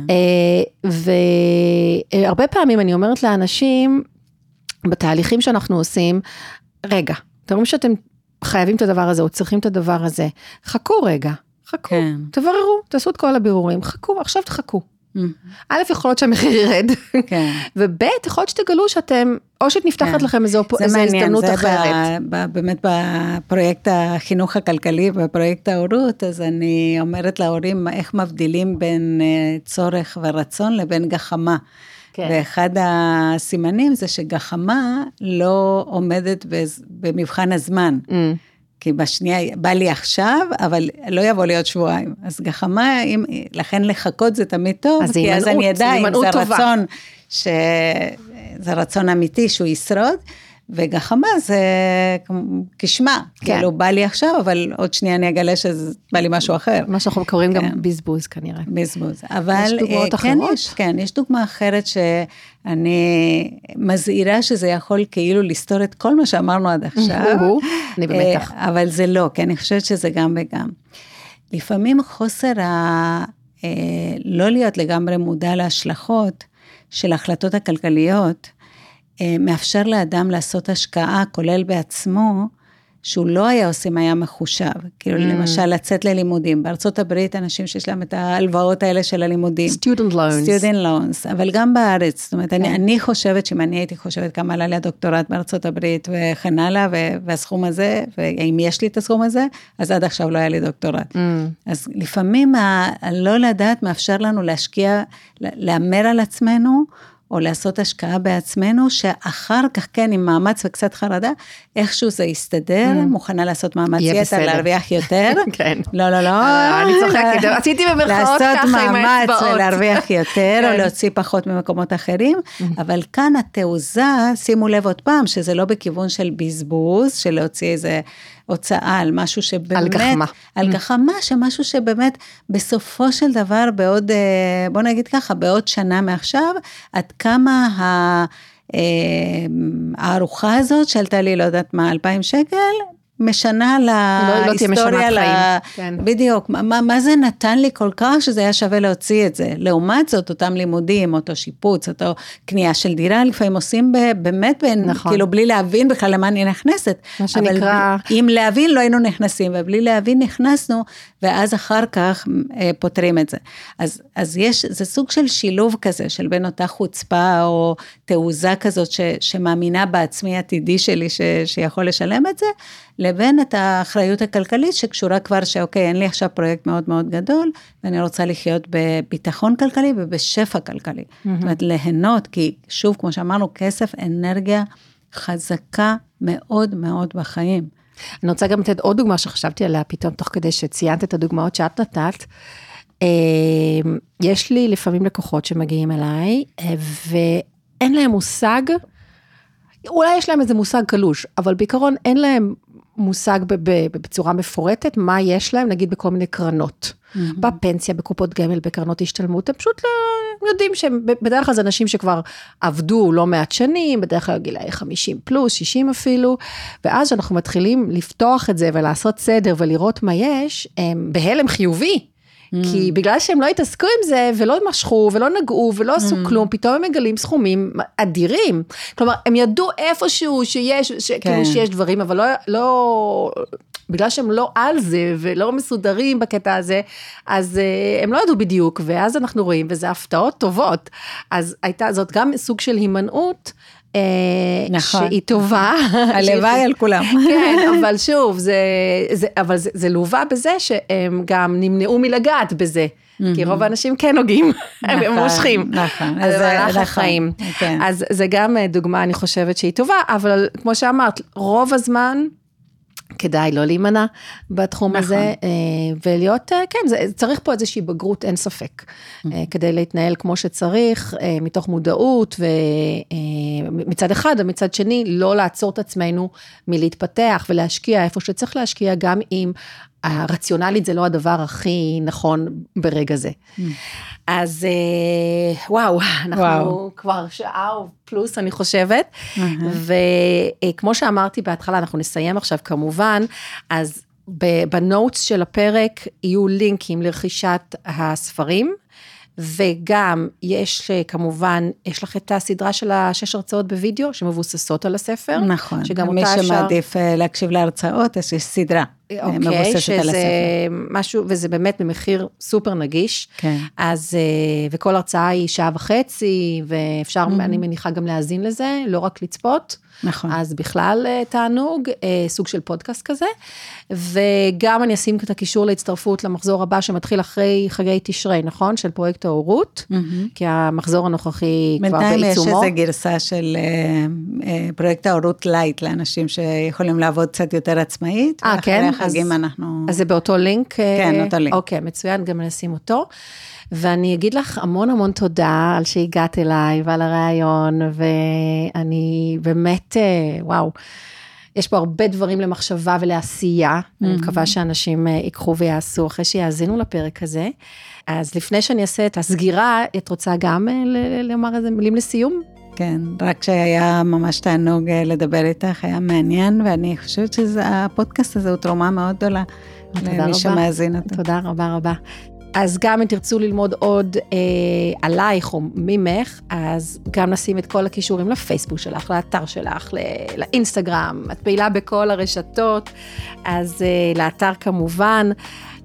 והרבה פעמים אני אומרת לאנשים, בתהליכים שאנחנו עושים, רגע, תראו שאתם חייבים את הדבר הזה, או צריכים את הדבר הזה, חכו רגע, תבררו, תעשו את כל הבירורים, חכו, עכשיו תחכו. א', יכול להיות שהמחיר ירד, וב', יכול להיות שתגלו שאתם, או שנפתחת לכם איזו הזדמנות אחרת. זה באמת בפרויקט החינוך הכלכלי, בפרויקט ההורות, אז אני אומרת להורים, איך מבדילים בין צורך ורצון לבין גחמה. ואחד הסימנים זה שגחמה לא עומדת במבחן הזמן. כי בשנייה, בא לי עכשיו, אבל לא יבוא לי עוד שבועיים. אז גחמה, לכן לחכות זה תמיד טוב, כי אז אני אדע אם זה רצון, זה רצון אמיתי שהוא ישרוד, וגחמה זה כשמה, כאילו בא לי עכשיו, אבל עוד שנייה אני אגלה שזה בא לי משהו אחר. מה שאנחנו קוראים גם בזבוז כנראה. בזבוז, אבל יש דוגמאות אחרות? כן, יש דוגמה אחרת שאני מזהירה שזה יכול כאילו לסתור את כל מה שאמרנו עד עכשיו. אני במתח. אבל זה לא, כי אני חושבת שזה גם וגם. לפעמים חוסר לא להיות לגמרי מודע להשלכות של ההחלטות הכלכליות, מאפשר לאדם לעשות השקעה, כולל בעצמו, שהוא לא היה עושה אם היה מחושב. כאילו למשל, לצאת ללימודים. בארצות הברית, אנשים שיש להם את ההלוואות האלה של הלימודים. Student loans. אבל גם בארץ. זאת אומרת, אני חושבת שאם אני הייתי חושבת כמה עלה לי הדוקטורט בארצות הברית, וכן הלאה, והסכום הזה, ואם יש לי את הסכום הזה, אז עד עכשיו לא היה לי דוקטורט. אז לפעמים, לא לדעת מאפשר לנו להשקיע, לאמר על עצמנו, או לעשות השקעה בעצמנו, שאחר כך כן, עם מאמץ וקצת חרדה, איכשהו זה יסתדר, מוכנה לעשות מאמץ יתר, להרוויח יותר. כן. לא, לא, לא. אני צוחקת, עשיתי במרכאות ככה עם האצבעות. לעשות מאמץ ולהרוויח יותר, או להוציא פחות ממקומות אחרים, אבל כאן התעוזה, שימו לב עוד פעם, שזה לא בכיוון של בזבוז, של להוציא איזה הוצאה על משהו שבאמת, על גחמה. על גחמה, שמשהו שבאמת בסופו של דבר בעוד, בוא נגיד ככה, בעוד שנה מעכשיו, עד כמה הארוחה הזאת שעלתה לי, לא יודעת מה, 2,000 שקל, משנה להיסטוריה, בדיוק, מה זה נתן לי כל כך שזה היה שווה להוציא את זה, לעומת זאת, אותם לימודים, אותו שיפוץ, אותו קנייה של דירה, לפעמים עושים באמת, כאילו בלי להבין בכלל למה אני נכנסת, אבל אם להבין לא היינו נכנסים, ובלי להבין נכנסנו, ואז אחר כך פותרים את זה. אז יש, זה סוג של שילוב כזה, של בין אותה חוצפה, או תעוזה כזאת, שמאמינה בעצמי עתידי שלי, שיכול לשלם את זה, לבין את האחריות הכלכלית, שקשורה כבר שאוקיי, אין לי עכשיו פרויקט מאוד מאוד גדול, ואני רוצה לחיות בביטחון כלכלי, ובשפע כלכלי. זאת אומרת, ליהנות, כי שוב, כמו שאמרנו, כסף, אנרגיה חזקה מאוד מאוד בחיים. אני רוצה גם לתת עוד דוגמה שחשבתי עליה פתאום, תוך כדי שציינת את הדוגמאות שאת נתת. יש לי לפעמים לקוחות שמגיעים אליי, ואין להם מושג, אולי יש להם איזה מושג קלוש, אבל בעיקרון אין להם מושג בצורה מפורטת, מה יש להם, נגיד בכל מיני קרנות, בפנסיה, בקופות גמל, בקרנות השתלמות, הם פשוט לא יודעים שהם, בדרך כלל זה אנשים שכבר עבדו לא מעט שנים, בדרך כלל גילאי 50 פלוס, 60 אפילו, ואז אנחנו מתחילים לפתוח את זה, ולעשות סדר, ולראות מה יש, בהלם חיובי, כי בגלל שהם לא התעסקו עם זה, ולא משכו, ולא נגעו, ולא עשו כלום, פתאום הם מגלים סכומים אדירים. כלומר, הם ידעו איפשהו כאילו שיש דברים, אבל לא, בגלל שהם לא על זה, ולא מסודרים בקטע הזה, אז הם לא ידעו בדיוק, ואז אנחנו רואים, וזה הפתעות טובות. אז זאת גם סוג של הימנעות, שהיא טובה. הלוואי על כולם. כן, אבל שוב, זה לובה בזה שהם גם נמנעו מלגעת בזה, כי רוב האנשים כן נוגעים, הם מושכים. נכון. אז זה גם דוגמה, אני חושבת שהיא טובה, אבל כמו שאמרת, רוב הזמן, כדאי לא להימנע בתחום הזה, ולהיות, כן, צריך פה איזושהי בגרות, אין ספק, כדי להתנהל כמו שצריך, מתוך מודעות, ומצד אחד, ומצד שני, לא לעצור את עצמנו מלהתפתח, ולהשקיע איפה שצריך להשקיע, גם אם הרציונלית זה לא הדבר הכי נכון ברגע זה. אז וואו, אנחנו כבר שעה פלוס אני חושבת, וכמו שאמרתי בהתחלה, אנחנו נסיים עכשיו כמובן, אז בנוטס של הפרק יהיו לינקים לרכישת הספרים, וגם יש כמובן, יש לך את הסדרה של 6 הרצאות בווידאו, שמבוססות על הספר. נכון, מי שמעדיף להקשיב להרצאות, יש סדרה. מבוססת על הספר. משהו, וזה באמת במחיר סופר נגיש, אז, וכל הרצאה היא 1.5 שעות, ואפשר, אני מניחה גם להאזין לזה, לא רק לצפות, נכון. אז בכלל תענוג, סוג של פודקאסט כזה, וגם אני אשים את הקישור להצטרפות למחזור הבא, שמתחיל אחרי חגי תשרי, נכון? של פרויקט ההורות, כי המחזור הנוכחי כבר בעיצומו. בינתיים יש איזו גרסה של פרויקט ההורות לייט, לאנשים שיכולים לעבוד קצת יותר עצמאית, כן? אז זה באותו לינק? כן, אותו לינק. אוקיי, מצוין, גם נשים אותו. ואני אגיד לך המון המון תודה על שהגעת אליי ועל הרעיון, ואני באמת, וואו, יש פה הרבה דברים למחשבה ולעשייה, אני מקווה שאנשים ייקחו ויעשו אחרי שיאזינו לפרק הזה. אז לפני שאני אעשה את הסגירה, את רוצה גם לומר איזה מילים לסיום? כן, רק שהיה ממש תענוג לדבר איתך, היה מעניין, ואני חושבת שהפודקאסט הזה הוא תרומה מאוד גדולה למי שמאזין אותו. תודה רבה רבה. אז גם אם תרצו ללמוד עוד עלייך או ממך, אז גם נשים את כל הכישורים לפייסבוק שלך, לאתר שלך, לאינסטגרם, את פעילה בכל הרשתות, אז לאתר כמובן,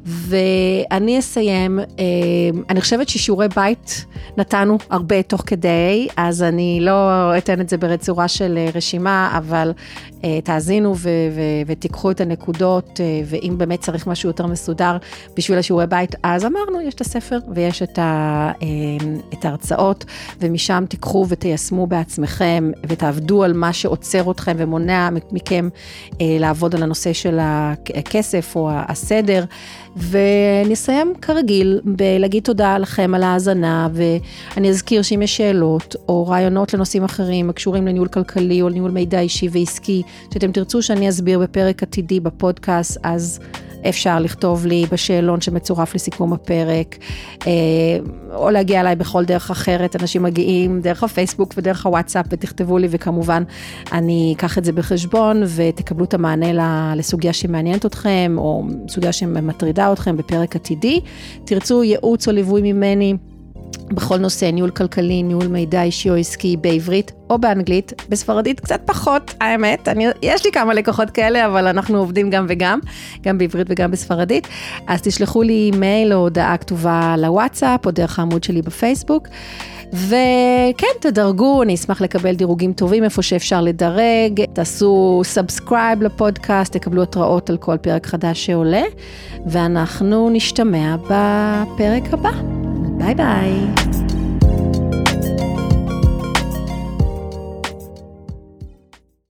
ואני אסיים, אני חושבת ששיעורי בית נתנו הרבה תוך כדי, אז אני לא אתן את זה בצורה של רשימה, אבל תאזינו ותיקחו את הנקודות, ואם באמת צריך משהו יותר מסודר בשביל השיעורי בית, אז אמרנו, יש את הספר ויש את ההרצאות, ומשם תיקחו ותיישמו בעצמכם, ותעבדו על מה שעוצר אתכם ומונע מכם לעבוד על הנושא של הכסף או הסדר, ונסיים כרגיל בלהגיד תודה לכם על ההאזנה, ואני אזכיר שאם יש שאלות או רעיונות לנושאים אחרים הקשורים לניהול כלכלי או לניהול מידע אישי ועסקי, שאתם תרצו שאני אסביר בפרק עתידי בפודקאסט, אז אפשר לכתוב לי בשאלון שמצורף לסיכום הפרק, או להגיע אליי בכל דרך אחרת. אנשים מגיעים דרך הפייסבוק ודרך הוואטסאפ, ותכתבו לי, וכמובן אני אקח את זה בחשבון, ותקבלו את המענה לסוגיה שמעניינת אתכם, או סוגיה שמטרידה אתכם בפרק עתידי. תרצו ייעוץ או ליווי ממני, בכל נושא, ניהול כלכלי, ניהול מידע אישי או עסקי, בעברית או באנגלית, בספרדית קצת פחות, האמת, יש לי כמה לקוחות כאלה, אבל אנחנו עובדים גם וגם, גם בעברית וגם בספרדית, אז תשלחו לי מייל או הודעה כתובה לוואטסאפ, או דרך העמוד שלי בפייסבוק, וכן, תדרגו, אני אשמח לקבל דירוגים טובים איפה שאפשר לדרג, תעשו סאבסקרייב לפודקאסט, תקבלו התראות על כל פרק חדש שעולה, ואנחנו נשתמע בפרק הבא. ביי ביי.